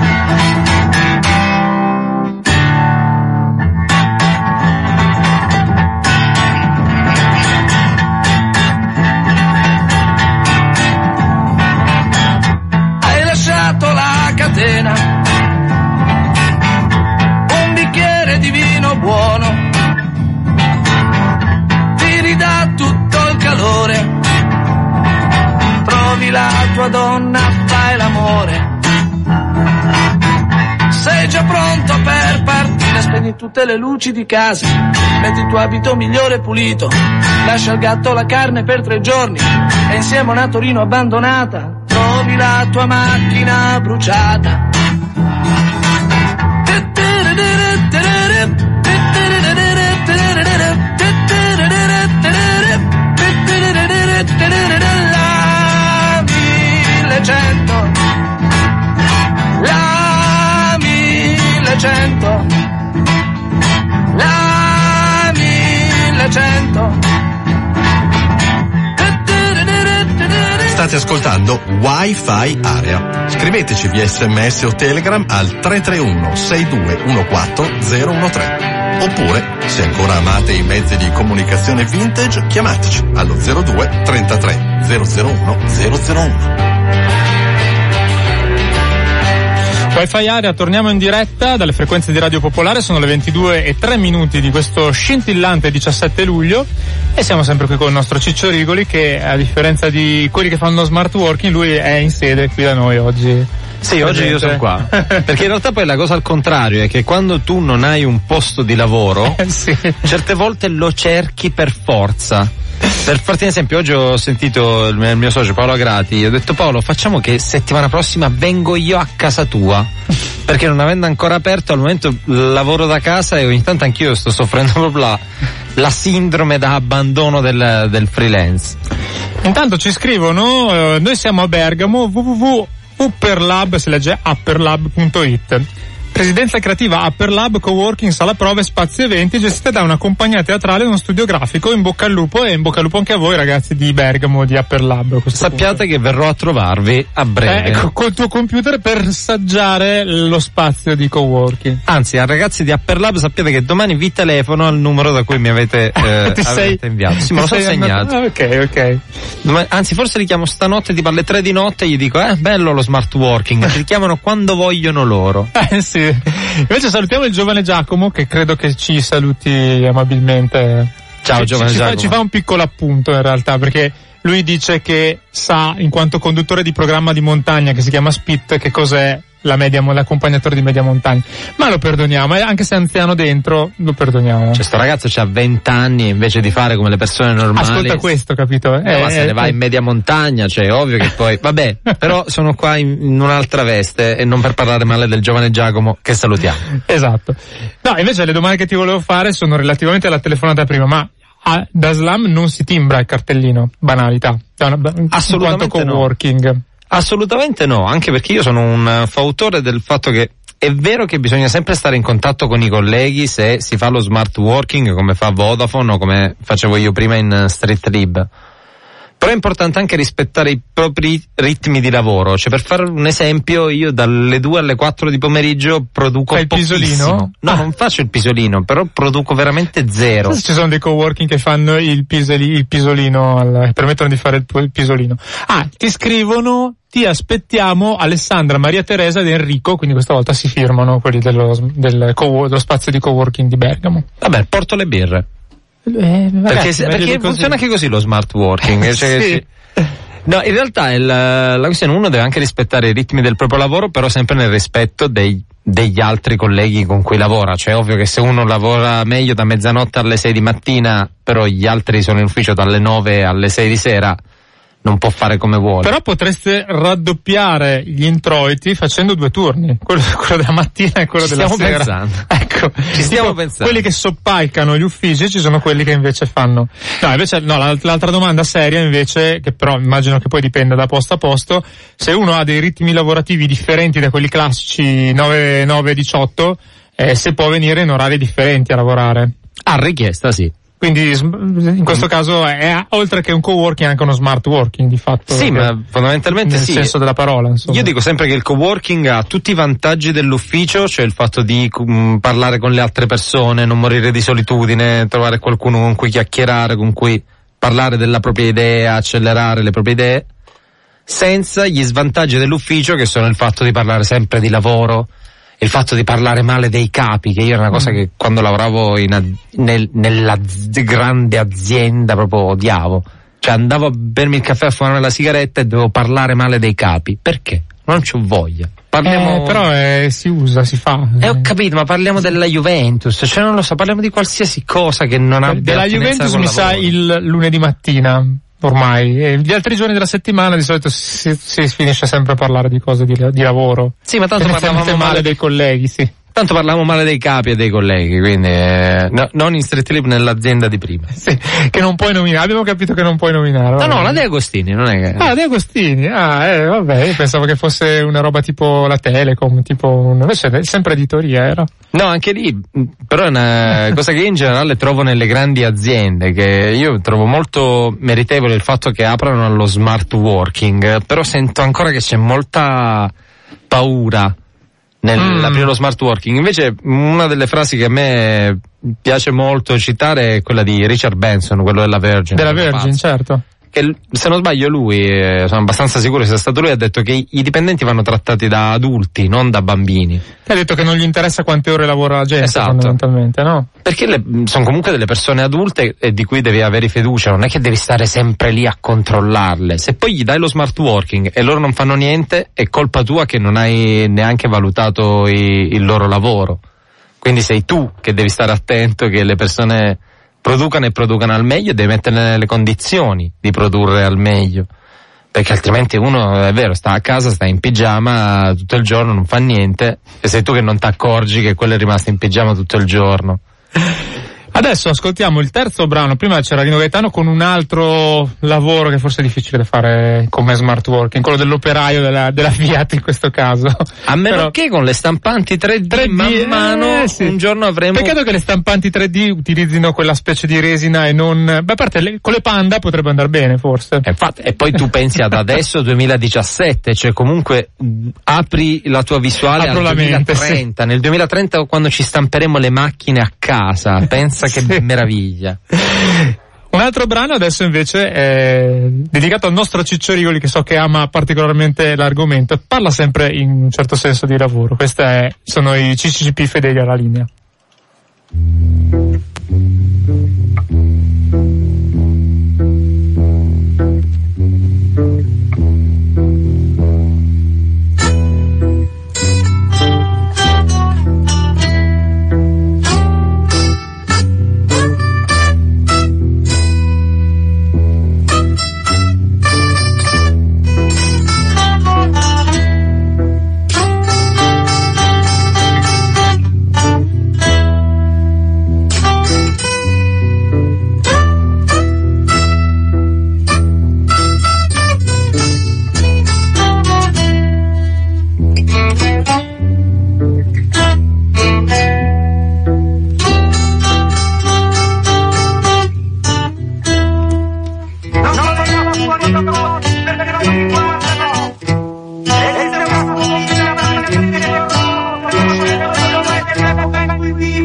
hai lasciato la catena, un bicchiere di vino buono ti ridà tutto il calore. Trovi la tua donna, fai l'amore, sei già pronto per partire, spegni tutte le luci di casa, metti il tuo abito migliore pulito, lascia al gatto la carne per 3 giorni e insieme a una Torino abbandonata trovi la tua macchina bruciata. La 1100 la 1100. State ascoltando Wi-Fi Area. Scriveteci via SMS o Telegram al 331 6214 013. Oppure, se ancora amate i mezzi di comunicazione vintage, chiamateci allo 02 33 001 001. Wi-Fi Area, torniamo in diretta dalle frequenze di Radio Popolare, sono le 22:03 di questo scintillante 17 luglio e siamo sempre qui con il nostro Ciccio Rigoli che, a differenza di quelli che fanno smart working, lui è in sede qui da noi oggi. Sì, oggi io sono qua. Perché in realtà poi la cosa al contrario è che quando tu non hai un posto di lavoro, sì, certe volte lo cerchi per forza. Per farti un esempio, oggi ho sentito il mio socio Paolo Agrati, ho detto: Paolo, facciamo che settimana prossima vengo io a casa tua, perché non avendo ancora aperto al momento lavoro da casa e ogni tanto anch'io sto soffrendo proprio la sindrome da abbandono del freelance. Intanto ci scrivono, noi siamo a Bergamo, www.upperlab, si legge upperlab.it. Presidenza creativa Upperlab, coworking, sala prove, spazio eventi, gestita da una compagnia teatrale e uno studio grafico. In bocca al lupo, e in bocca al lupo anche a voi ragazzi di Bergamo, di Upperlab. Sappiate che verrò a trovarvi a breve. Col tuo computer per assaggiare lo spazio di coworking. Anzi, a ragazzi di Upperlab sappiate che domani vi telefono al numero da cui mi avete, avete inviato. Sì, me lo sono segnato. Ok. Anzi, forse li chiamo stanotte tipo alle 3 di notte e gli dico: bello lo smart working. Ti chiamano quando vogliono loro. Sì. Invece salutiamo il giovane Giacomo, che credo che ci saluti amabilmente. Ciao giovane Giacomo. Ci fa un piccolo appunto in realtà, perché lui dice che sa, in quanto conduttore di programma di montagna che si chiama Spit, che cos'è l'accompagnatore di media montagna. Ma lo perdoniamo, anche se è anziano dentro, lo perdoniamo. Cioè, sto ragazzo c'ha 20 anni, invece di fare come le persone normali. Ascolta questo, capito? Ma se ne va in media montagna, cioè, ovvio che poi, vabbè, però sono qua in un'altra veste e non per parlare male del giovane Giacomo, che salutiamo. Esatto. No, invece le domande che ti volevo fare sono relativamente alla telefonata prima, ma da Slam non si timbra il cartellino, banalità. Assolutamente coworking. No. Assolutamente no, anche perché io sono un fautore del fatto che è vero che bisogna sempre stare in contatto con i colleghi se si fa lo smart working, come fa Vodafone o come facevo io prima in Street Lib. Però è importante anche rispettare i propri ritmi di lavoro. Cioè, per fare un esempio, io dalle 2 alle 4 di pomeriggio produco Fai il pisolino? No, non faccio il pisolino, però produco veramente zero. Ci sono dei coworking che fanno il pisolino, permettono di fare il pisolino. Ti scrivono: ti aspettiamo Alessandra, Maria Teresa ed Enrico, quindi questa volta si firmano quelli dello spazio di coworking di Bergamo. Vabbè, porto le birre. Ragazzi, perché funziona anche così lo smart working. Cioè sì. No, in realtà la questione, uno deve anche rispettare i ritmi del proprio lavoro, però sempre nel rispetto degli altri colleghi con cui lavora. Cioè, ovvio che se uno lavora meglio da mezzanotte alle 6 di mattina, però gli altri sono in ufficio dalle 9 alle 6 di sera, non può fare come vuole. Però potreste raddoppiare gli introiti facendo 2 turni, quello della mattina e quello della sera. Pensando. Ecco, ci stiamo pensando. Quelli che soppalcano gli uffici, ci sono quelli che invece fanno. L'altra domanda seria invece, che però immagino che poi dipenda da posto a posto, se uno ha dei ritmi lavorativi differenti da quelli classici 9-18, se può venire in orari differenti a lavorare. A richiesta, sì. Quindi in questo caso è oltre che un coworking anche uno smart working di fatto. Sì, ma fondamentalmente nel senso della parola, insomma. Io dico sempre che il coworking ha tutti i vantaggi dell'ufficio, cioè il fatto di parlare con le altre persone, non morire di solitudine, trovare qualcuno con cui chiacchierare, con cui parlare della propria idea, accelerare le proprie idee, senza gli svantaggi dell'ufficio, che sono il fatto di parlare sempre di lavoro, il fatto di parlare male dei capi, che io era una cosa che quando lavoravo nella grande azienda proprio odiavo. Cioè andavo a bermi il caffè, a fumare la sigaretta e dovevo parlare male dei capi. Perché? Non c'ho voglia. Parliamo... però si usa, si fa. Ho capito, ma parliamo della Juventus, cioè non lo so, parliamo di qualsiasi cosa che non abbia della Juventus mi sa il lunedì mattina. Ormai, gli altri giorni della settimana di solito si finisce sempre a parlare di cose di lavoro. Sì, ma tanto parlavamo male dei colleghi, sì. Tanto parlavamo male dei capi e dei colleghi, quindi non in Street Lib nell'azienda di prima. Sì, che non puoi nominare, abbiamo capito che non puoi nominare. No, la De Agostini, non è che... De Agostini, vabbè, io pensavo che fosse una roba tipo la Telecom, invece sempre editoria era. No, anche lì, però è una cosa che io in generale trovo nelle grandi aziende, che io trovo molto meritevole il fatto che aprano allo smart working, però sento ancora che c'è molta paura nell'aprire lo smart working. Invece una delle frasi che a me piace molto citare è quella di Richard Benson, quello della Virgin. Della Virgin, certo. Che se non sbaglio lui, sono abbastanza sicuro sia stato lui, ha detto che i dipendenti vanno trattati da adulti, non da bambini. Ha detto che non gli interessa quante ore lavora la gente, esatto, fondamentalmente, no? Perché sono comunque delle persone adulte e di cui devi avere fiducia, non è che devi stare sempre lì a controllarle. Se poi gli dai lo smart working e loro non fanno niente, è colpa tua che non hai neanche valutato il loro lavoro. Quindi sei tu che devi stare attento che le persone producano al meglio e devi metterle nelle condizioni di produrre al meglio, perché altrimenti uno, è vero, sta a casa, sta in pigiama tutto il giorno, non fa niente, e sei tu che non ti accorgi che quello è rimasto in pigiama tutto il giorno. Adesso ascoltiamo il terzo brano. Prima c'era Rino Gaetano con un altro lavoro che forse è difficile da fare come smart working, quello dell'operaio della Fiat in questo caso. A meno che con le stampanti 3D man mano sì, un giorno avremo... Peccato che le stampanti 3D utilizzino quella specie di resina e non... Beh, a parte con le Panda potrebbe andare bene forse. Infatti, e poi tu pensi ad adesso 2017, cioè comunque apri la tua visuale al 2030. Sì. Nel 2030 quando ci stamperemo le macchine a casa, pensa che meraviglia. Un altro brano adesso invece è dedicato al nostro Ciccio Rigoli, che so che ama particolarmente l'argomento, parla sempre in un certo senso di lavoro. Sono i CCCP fedeli alla linea.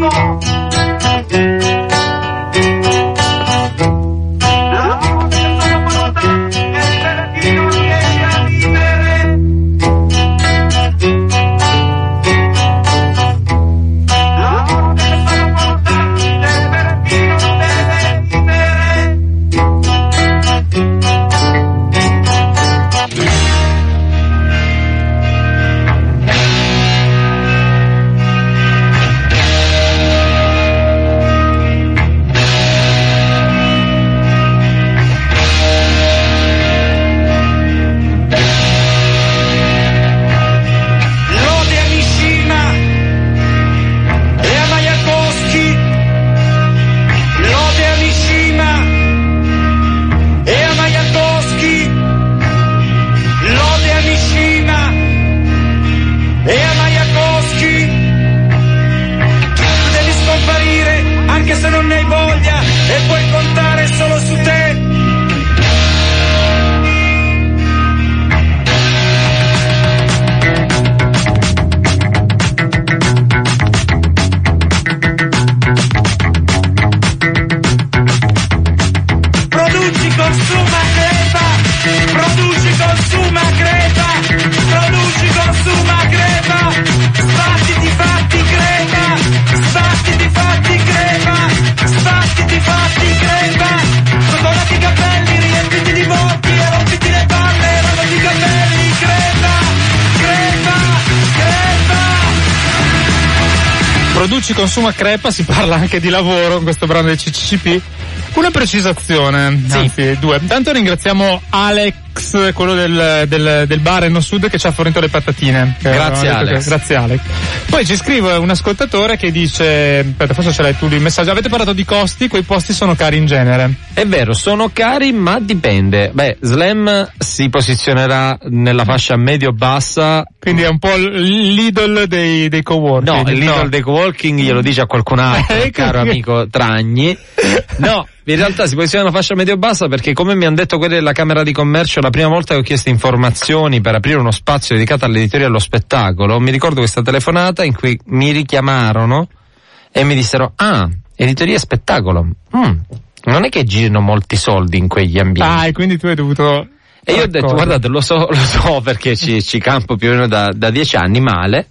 Produci, consuma, crepa, si parla anche di lavoro in questo brano del CCCP. Una precisazione, sì. Anzi due. Intanto ringraziamo Alex, quello del bar Enno Sud, che ci ha fornito le patatine. Grazie Alex. Grazie Alex. Poi ci scrive un ascoltatore che dice, aspetta, forse ce l'hai tu il messaggio, avete parlato di costi, quei posti sono cari in genere. È vero, sono cari ma dipende. Beh, Slam si posizionerà nella fascia medio-bassa. Quindi è un po' l'idol dei coworking. No, l'idol dei coworking glielo dice a qualcun altro, caro amico Tragni. No, in realtà si posiziona nella fascia medio-bassa perché, come mi hanno detto quelli della Camera di Commercio, la prima volta che ho chiesto informazioni per aprire uno spazio dedicato all'editoria e allo spettacolo, mi ricordo questa telefonata in cui mi richiamarono e mi dissero: ah, editoria e spettacolo. Non è che girino molti soldi in quegli ambienti. Ah, e quindi tu hai dovuto... E io ho detto, guardate, lo so perché ci campo più o meno da 10 anni male.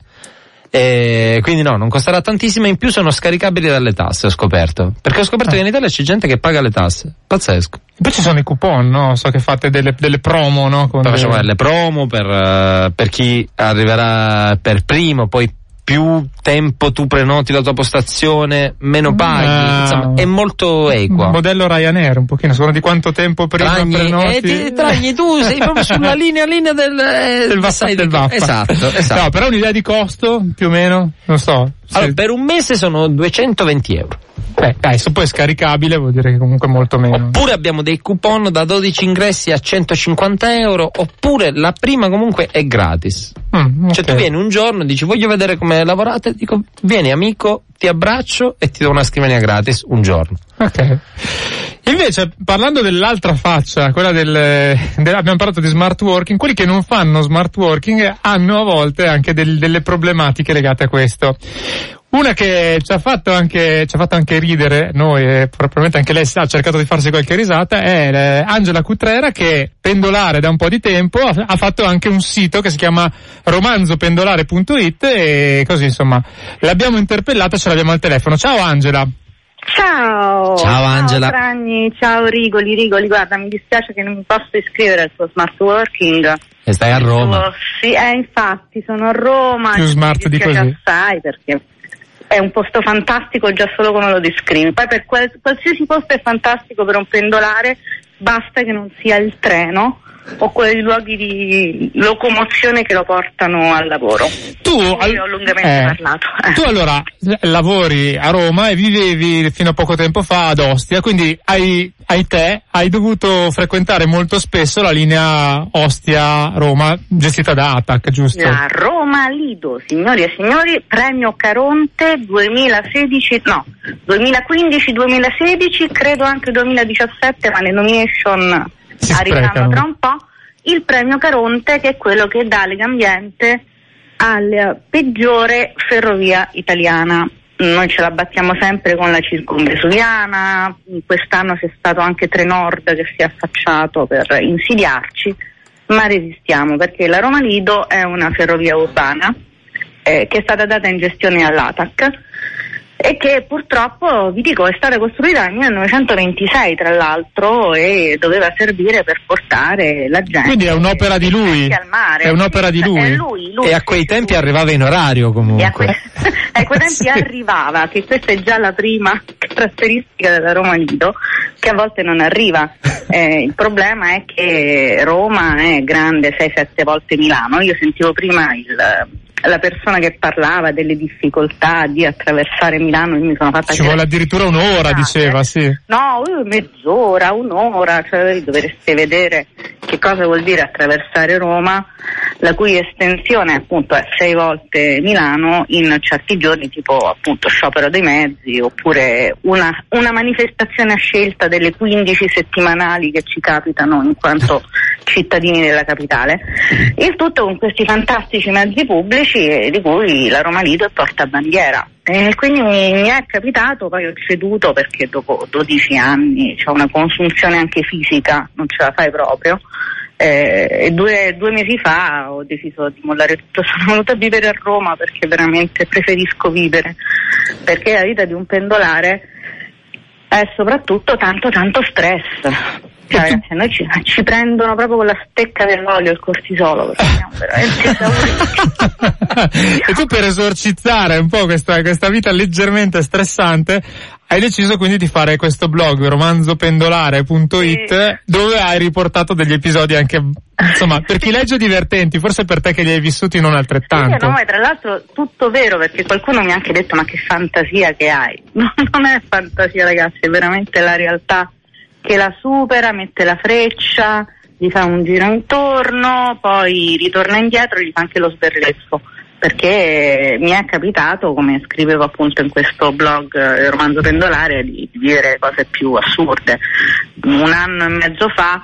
E quindi no, non costerà tantissimo, in più sono scaricabili dalle tasse, ho scoperto. Perché ho scoperto che in Italia c'è gente che paga le tasse. Pazzesco. Poi ci sono i coupon, no? So che fate delle promo, no? Poi facciamo delle promo per chi arriverà per primo, poi più tempo tu prenoti la tua postazione, meno paghi, insomma è molto equa. Modello Ryanair, un pochino, secondo di quanto tempo prima prenoti. Tragni, tu sei proprio sulla linea del Vaffa. Esatto. No, però un'idea di costo, più o meno, non so. Allora, per un mese sono 220 euro. Dai, se poi è scaricabile vuol dire che comunque molto meno. Oppure abbiamo dei coupon da 12 ingressi a 150 euro, oppure la prima comunque è gratis. Okay. Cioè tu vieni un giorno e dici voglio vedere come lavorate, dico vieni amico, ti abbraccio e ti do una scrivania gratis un giorno. Ok. Invece, parlando dell'altra faccia, quella abbiamo parlato di smart working, quelli che non fanno smart working hanno a volte anche delle problematiche legate a questo. Una che ci ha fatto anche ridere noi, e probabilmente anche lei ha cercato di farsi qualche risata, è Angela Cutrera, che pendolare da un po' di tempo ha fatto anche un sito che si chiama romanzopendolare.it, e così insomma l'abbiamo interpellata, ce l'abbiamo al telefono. Ciao Angela. Ciao Angela. Ciao Ragni, ciao Rigoli, guarda, mi dispiace che non mi posso iscrivere al tuo smart working. E stai a Roma? Sì, infatti sono a Roma. Più smart di così. Assai, perché è un posto fantastico già solo come lo descrivi. Poi per qualsiasi posto è fantastico per un pendolare, basta che non sia il treno o quei luoghi di locomozione che lo portano al lavoro. Io ho lungamente parlato. Tu allora lavori a Roma e vivevi fino a poco tempo fa ad Ostia, quindi hai dovuto frequentare molto spesso la linea Ostia-Roma gestita da ATAC, giusto? La Roma Lido, signori e signori, premio Caronte 2015-2016, credo anche 2017, ma le nomination arriveranno tra un po'. Il premio Caronte, che è quello che dà Legambiente alla peggiore ferrovia italiana. noi ce la battiamo sempre con la circumvesuviana, quest'anno c'è stato anche Trenord che si è affacciato per insidiarci, ma resistiamo perché la Roma Lido è una ferrovia urbana che è stata data in gestione all'ATAC e che purtroppo, vi dico, è stata costruita nel 1926 tra l'altro e doveva servire per portare la gente. Quindi è un'opera di lui, al mare. È un'opera di lui. È lui e a quei tempi arrivava in orario comunque. A quei tempi arrivava, che questa è già la prima caratteristica della Roma Lido, che a volte non arriva. Il problema è che Roma è grande 6-7 volte Milano. Io sentivo prima la persona che parlava delle difficoltà di attraversare Milano, io mi sono fatta... Ci vuole addirittura un'ora, diceva, sì. No, mezz'ora, un'ora, cioè dovreste vedere che cosa vuol dire attraversare Roma, la cui estensione appunto è 6 volte Milano in certi giorni, tipo appunto sciopero dei mezzi, oppure una manifestazione a scelta delle 15 settimanali che ci capitano in quanto cittadini della capitale. Il tutto con questi fantastici mezzi pubblici di cui la Roma Lido è portabandiera. Quindi mi è capitato, poi ho ceduto perché dopo 12 anni c'è una consunzione anche fisica, non ce la fai proprio. E due mesi fa ho deciso di mollare tutto, sono venuta a vivere a Roma perché veramente preferisco vivere, perché la vita di un pendolare è soprattutto tanto stress. Cioè, noi ci prendono proprio con la stecca dell'olio il cortisolo, perché siamo veramente esauriti. E tu, per esorcizzare un po' questa vita leggermente stressante, hai deciso quindi di fare questo blog romanzopendolare.it, dove hai riportato degli episodi anche, insomma, per chi legge divertenti, forse per te che li hai vissuti non altrettanto. Sì, no, e tra l'altro tutto vero, perché qualcuno mi ha anche detto ma che fantasia che hai. Non è fantasia, ragazzi, è veramente la realtà che la supera, mette la freccia, gli fa un giro intorno, poi ritorna indietro e gli fa anche lo sberleffo, perché mi è capitato, come scrivevo appunto in questo blog Romanzo Pendolare, di vivere cose più assurde. 1 anno e mezzo fa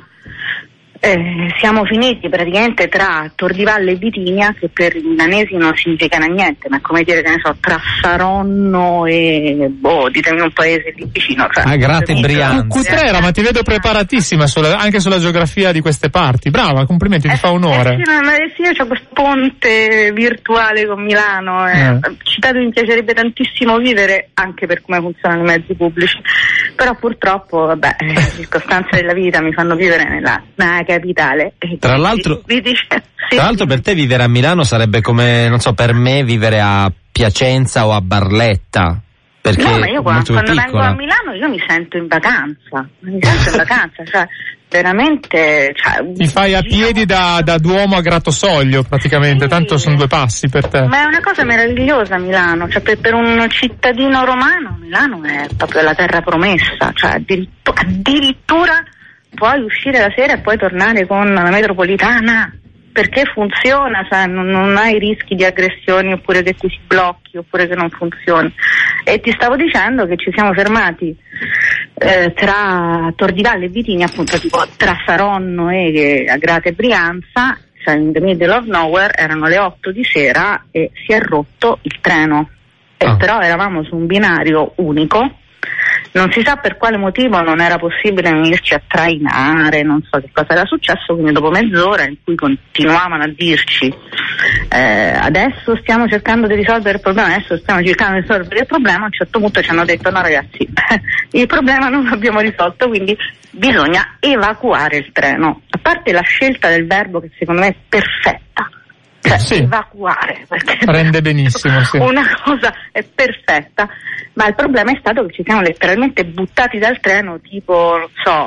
siamo finiti praticamente tra Tordivalle e Bitinia, che per i milanesi non significano niente, ma è come dire, che ne so, tra Saronno e ditemi un paese lì vicino. Cioè, Agrate e Brianza. Cutrera, ma ti vedo preparatissima anche sulla geografia di queste parti. Brava, complimenti, ti fa onore. Sì, io ho questo ponte virtuale con Milano, città dove mi piacerebbe tantissimo vivere, anche per come funzionano i mezzi pubblici, però purtroppo, vabbè, le circostanze della vita mi fanno vivere nella capitale. Tra l'altro per te vivere a Milano sarebbe come, non so, per me vivere a Piacenza o a Barletta. Perché no, ma io quando vengo a Milano io mi sento in vacanza, cioè veramente, cioè, ti fai a piedi da Duomo a Gratosoglio praticamente, sì. Tanto sono 2 passi per te. Ma è una cosa meravigliosa Milano, cioè per un cittadino romano Milano è proprio la terra promessa, cioè addirittura puoi uscire la sera e puoi tornare con la metropolitana, perché funziona, cioè non hai rischi di aggressioni, oppure che ti si blocchi, oppure che non funzioni. E ti stavo dicendo che ci siamo fermati tra Tordivalle e Bitinia, appunto, tipo tra Saronno e Agrate e Brianza, cioè in the middle of nowhere, erano le 8 di sera e si è rotto il treno. Però eravamo su un binario unico. Non si sa per quale motivo non era possibile venirci a trainare, non so che cosa era successo, quindi dopo mezz'ora in cui continuavano a dirci adesso stiamo cercando di risolvere il problema, a un certo punto ci hanno detto no ragazzi, il problema non l'abbiamo risolto, quindi bisogna evacuare il treno. A parte la scelta del verbo che secondo me è perfetta, cioè sì, evacuare, perché rende benissimo, sì. Una cosa è perfetta, ma il problema è stato che ci siamo letteralmente buttati dal treno, tipo, non so,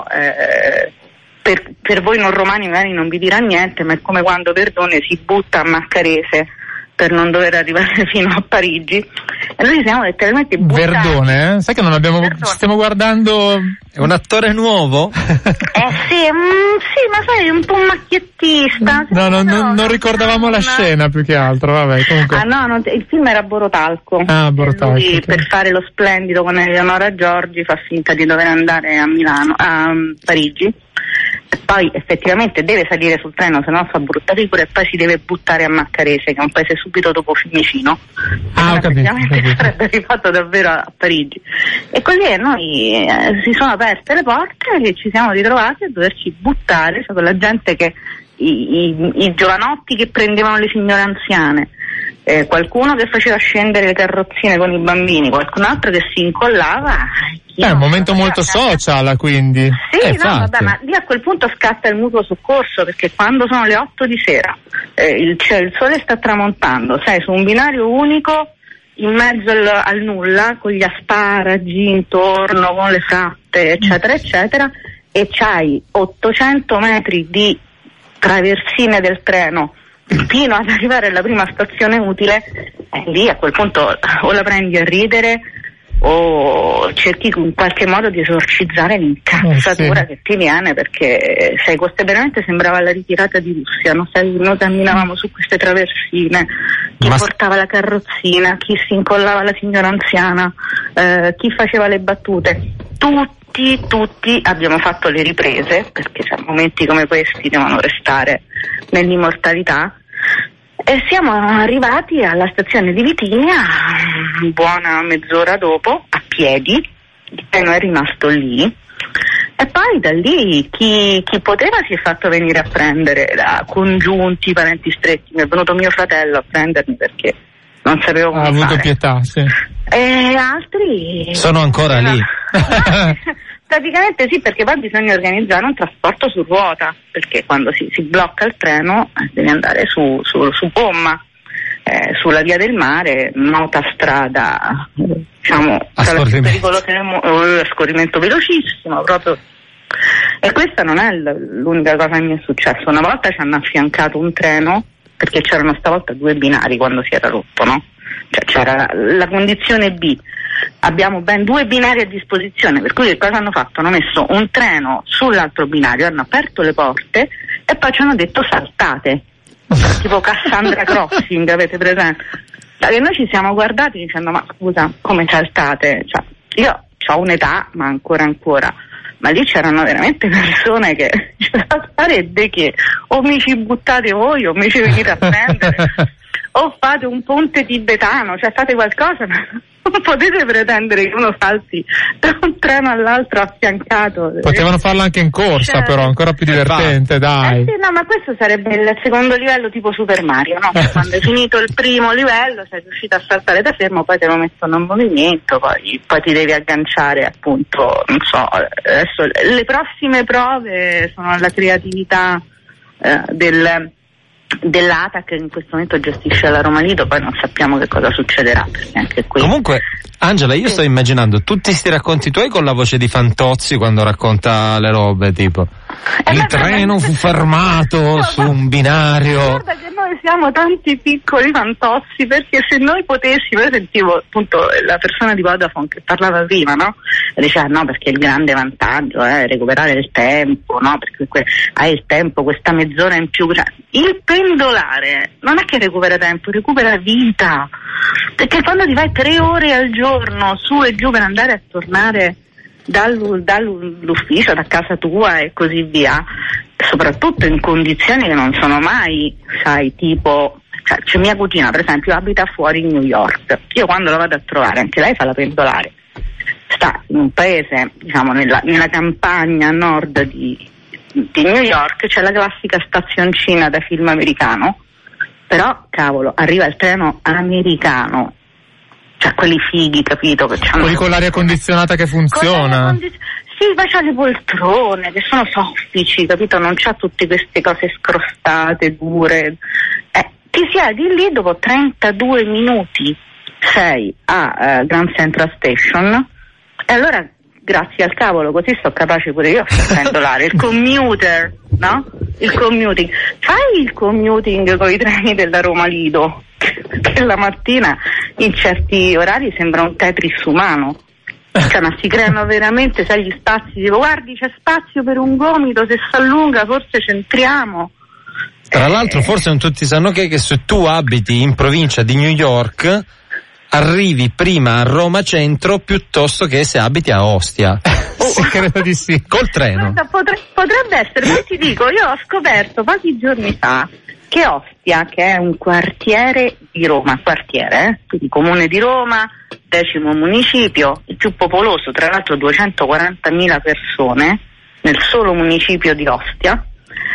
per voi non romani magari non vi dirà niente, ma è come quando Verdone si butta a Maccarese per non dover arrivare fino a Parigi, e noi siamo letteralmente buttati. Verdone, sai che non abbiamo, ci stiamo guardando, è un attore nuovo? Sì, ma sai, un po' un macchiettista. No, non ricordavamo la scena più che altro, vabbè, comunque. Il film era Borotalco. Borotalco. Lui, per fare lo splendido con Eleonora Giorgi, fa finta di dover andare a Milano, a Parigi. e poi effettivamente deve salire sul treno, se no fa brutta figura, e poi si deve buttare a Maccarese, che è un paese subito dopo Fiumicino. Ho capito. Sarebbe arrivato davvero a Parigi. E così noi si sono aperte le porte e ci siamo ritrovati a doverci buttare, cioè quella gente che i giovanotti che prendevano le signore anziane, qualcuno che faceva scendere le carrozzine con i bambini, qualcun altro che si incollava. È un momento molto social, quindi. Sì, no, vabbè, ma lì a quel punto scatta il mutuo soccorso, perché quando sono le 8 di sera, il sole sta tramontando, sei su un binario unico in mezzo al nulla, con gli asparagi intorno, con le fratte, eccetera, eccetera, e c'hai 800 metri di traversine del treno fino ad arrivare alla prima stazione utile, e lì a quel punto o la prendi a ridere o cerchi in qualche modo di esorcizzare l'incazzatura che ti viene, perché veramente sembrava la ritirata di Russia, no? Noi camminavamo su queste traversine, chi portava la carrozzina, chi si incollava la signora anziana, chi faceva le battute, tutti abbiamo fatto le riprese, perché momenti come questi devono restare nell'immortalità, e siamo arrivati alla stazione di Vitinia buona mezz'ora dopo, a piedi, il treno è rimasto lì, e poi da lì chi poteva si è fatto venire a prendere, da congiunti, parenti stretti. Mi è venuto mio fratello a prendermi perché non sapevo come fare. Ha avuto pietà, sì. E altri sono ancora lì. Praticamente sì, perché poi bisogna organizzare un trasporto su ruota, perché quando si blocca il treno devi andare su gomma, sulla via del mare, nota strada, diciamo, tra le più pericolose, a scorrimento velocissimo proprio. E questa non è l'unica cosa che mi è successa. Una volta ci hanno affiancato un treno, perché c'erano stavolta 2 binari quando si era rotto, no? Cioè c'era la condizione B. Abbiamo ben 2 binari a disposizione, per cui che cosa hanno fatto? Hanno messo un treno sull'altro binario, hanno aperto le porte e poi ci hanno detto saltate, tipo Cassandra Crossing, avete presente? E noi ci siamo guardati dicendo: ma scusa, come saltate? Cioè, io ho un'età, ma ancora, ma lì c'erano veramente persone che sarebbe che o mi ci buttate voi o mi ci venite a prendere o fate un ponte tibetano, cioè fate qualcosa, ma non potete pretendere che uno salti da un treno all'altro affiancato. Potevano farlo anche in corsa, però ancora più divertente, dai. Sì, no, ma questo sarebbe il secondo livello tipo Super Mario, no? Quando è finito il primo livello sei riuscito a saltare da fermo, poi te lo mettono in movimento, poi ti devi agganciare, appunto, non so, adesso le prossime prove sono la creatività dell'ATAC, che in questo momento gestisce la Roma Lido, poi non sappiamo che cosa succederà, perché anche qui. Comunque, Angela, io sto immaginando tutti sti racconti tuoi con la voce di Fantozzi quando racconta le robe, tipo il treno fu fermato su un binario. Guarda che noi siamo tanti piccoli Fantozzi, perché se noi potessimo, io sentivo appunto la persona di Vodafone che parlava prima, no? E diceva no, perché il grande vantaggio è recuperare il tempo, no? Perché hai il tempo, questa mezz'ora in più. Il pendolare non è che recupera tempo, recupera vita, perché quando ti fai 3 ore al giorno su e giù per andare a tornare dall'ufficio, da casa tua e così via, soprattutto in condizioni che non sono mai, sai, tipo, cioè, c'è mia cugina per esempio, abita fuori in New York, io quando la vado a trovare, anche lei fa la pendolare, sta in un paese, diciamo, nella campagna a nord di New York, c'è la classica stazioncina da film americano, però cavolo, arriva il treno americano, cioè quelli fighi, capito? Che quelli con l'aria condizionata che funziona. Sì, ma c'ha le poltrone che sono soffici, capito? Non c'ha tutte queste cose scrostate, dure. Ti siedi lì, dopo 32 minuti sei a Grand Central Station, e allora grazie al cavolo, così sto capace pure io a pendolare. Il commuter, no? Il commuting. Fai il commuting con i treni della Roma Lido, che la mattina in certi orari sembra un Tetris umano. Cioè, ma si creano veramente, sai, gli spazi, dico, guardi, c'è spazio per un gomito, se si allunga forse c'entriamo. Tra l'altro forse non tutti sanno che se tu abiti in provincia di New York arrivi prima a Roma Centro piuttosto che se abiti a Ostia. Sì, credo di sì. Col treno. Guarda, potrebbe essere, ma ti dico, io ho scoperto pochi giorni fa che Ostia, che è un quartiere di Roma, quindi comune di Roma, 10° municipio, il più popoloso, tra l'altro 240.000 persone nel solo municipio di Ostia,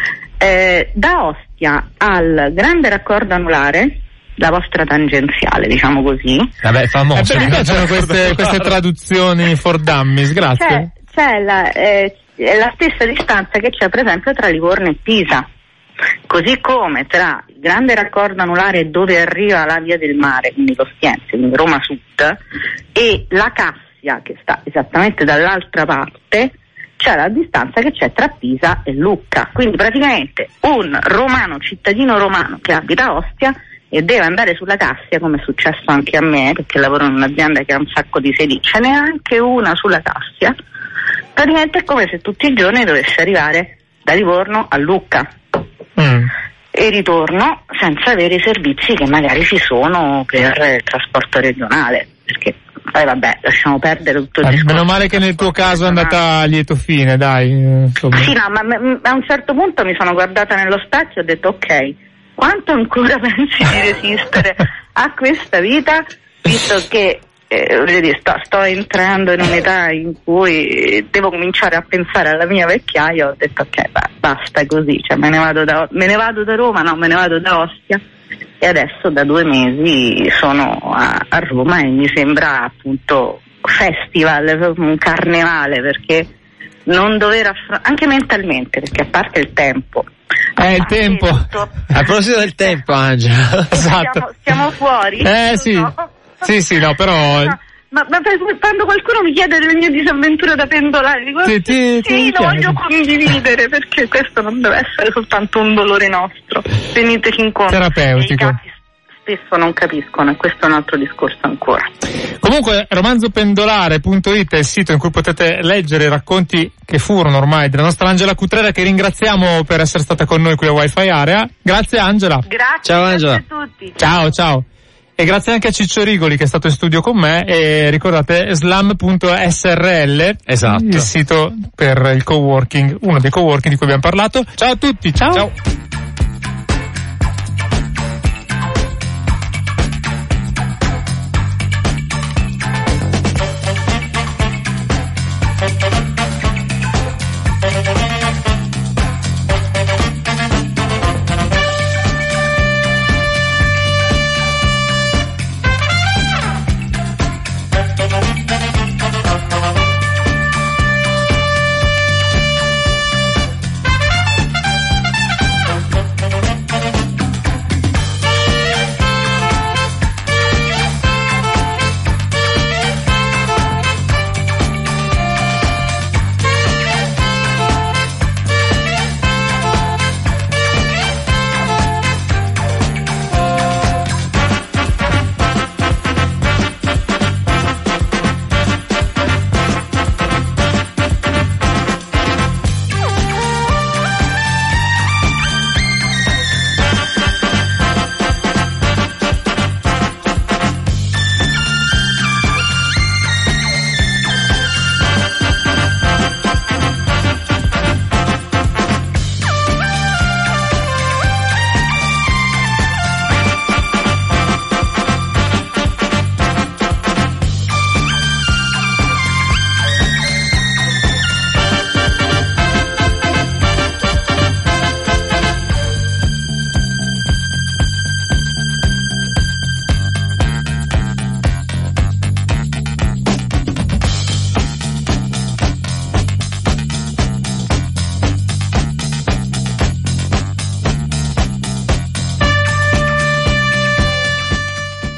da Ostia al grande raccordo anulare, la vostra tangenziale, diciamo così. Vabbè, famoso. Mi piacciono queste traduzioni for dummies, grazie. C'è la stessa distanza che c'è per esempio tra Livorno e Pisa, così come tra il grande raccordo anulare dove arriva la via del mare, quindi l'Ostiense, quindi Roma Sud, e la Cassia che sta esattamente dall'altra parte, c'è la distanza che c'è tra Pisa e Lucca. Quindi praticamente un romano, cittadino romano che abita a Ostia e deve andare sulla Cassia, come è successo anche a me, perché lavoro in un'azienda che ha un sacco di sedi, ce n'è anche una sulla Cassia, praticamente è come se tutti i giorni dovesse arrivare da Livorno a Lucca e ritorno senza avere i servizi che magari ci sono per il trasporto regionale, perché poi vabbè, lasciamo perdere tutto il discorso. Meno male che nel tuo caso è andata a lieto fine, dai. Insomma. Sì, no, ma a un certo punto mi sono guardata nello specchio e ho detto ok, quanto ancora pensi di resistere a questa vita, visto che sto entrando in un'età in cui devo cominciare a pensare alla mia vecchiaia. Ho detto ok, basta così, cioè me ne vado da Roma, no, me ne vado da Ostia, e adesso da 2 mesi sono a Roma e mi sembra appunto festival, un carnevale, perché non dover anche mentalmente, perché a parte il tempo. Il tempo. A proposito del tempo, Angela. Esatto. Siamo fuori? Sì. No? Sì, no, però. Ma quando qualcuno mi chiede delle mie disavventure da pendolare, dico sì, lo voglio condividere, perché questo non deve essere soltanto un dolore nostro. Veniteci incontro. Terapeutico. I capi spesso non capiscono, e questo è un altro discorso ancora. Comunque, romanzopendolare.it è il sito in cui potete leggere i racconti che furono ormai della nostra Angela Cutrera, che ringraziamo per essere stata con noi qui a Wi-Fi Area. Grazie Angela. Grazie, ciao Angela. Grazie a tutti. Ciao. E grazie anche a Ciccio Rigoli che è stato in studio con me, e ricordate slam.srl, esatto, il sito per il coworking, uno dei coworking di cui abbiamo parlato. Ciao a tutti, ciao.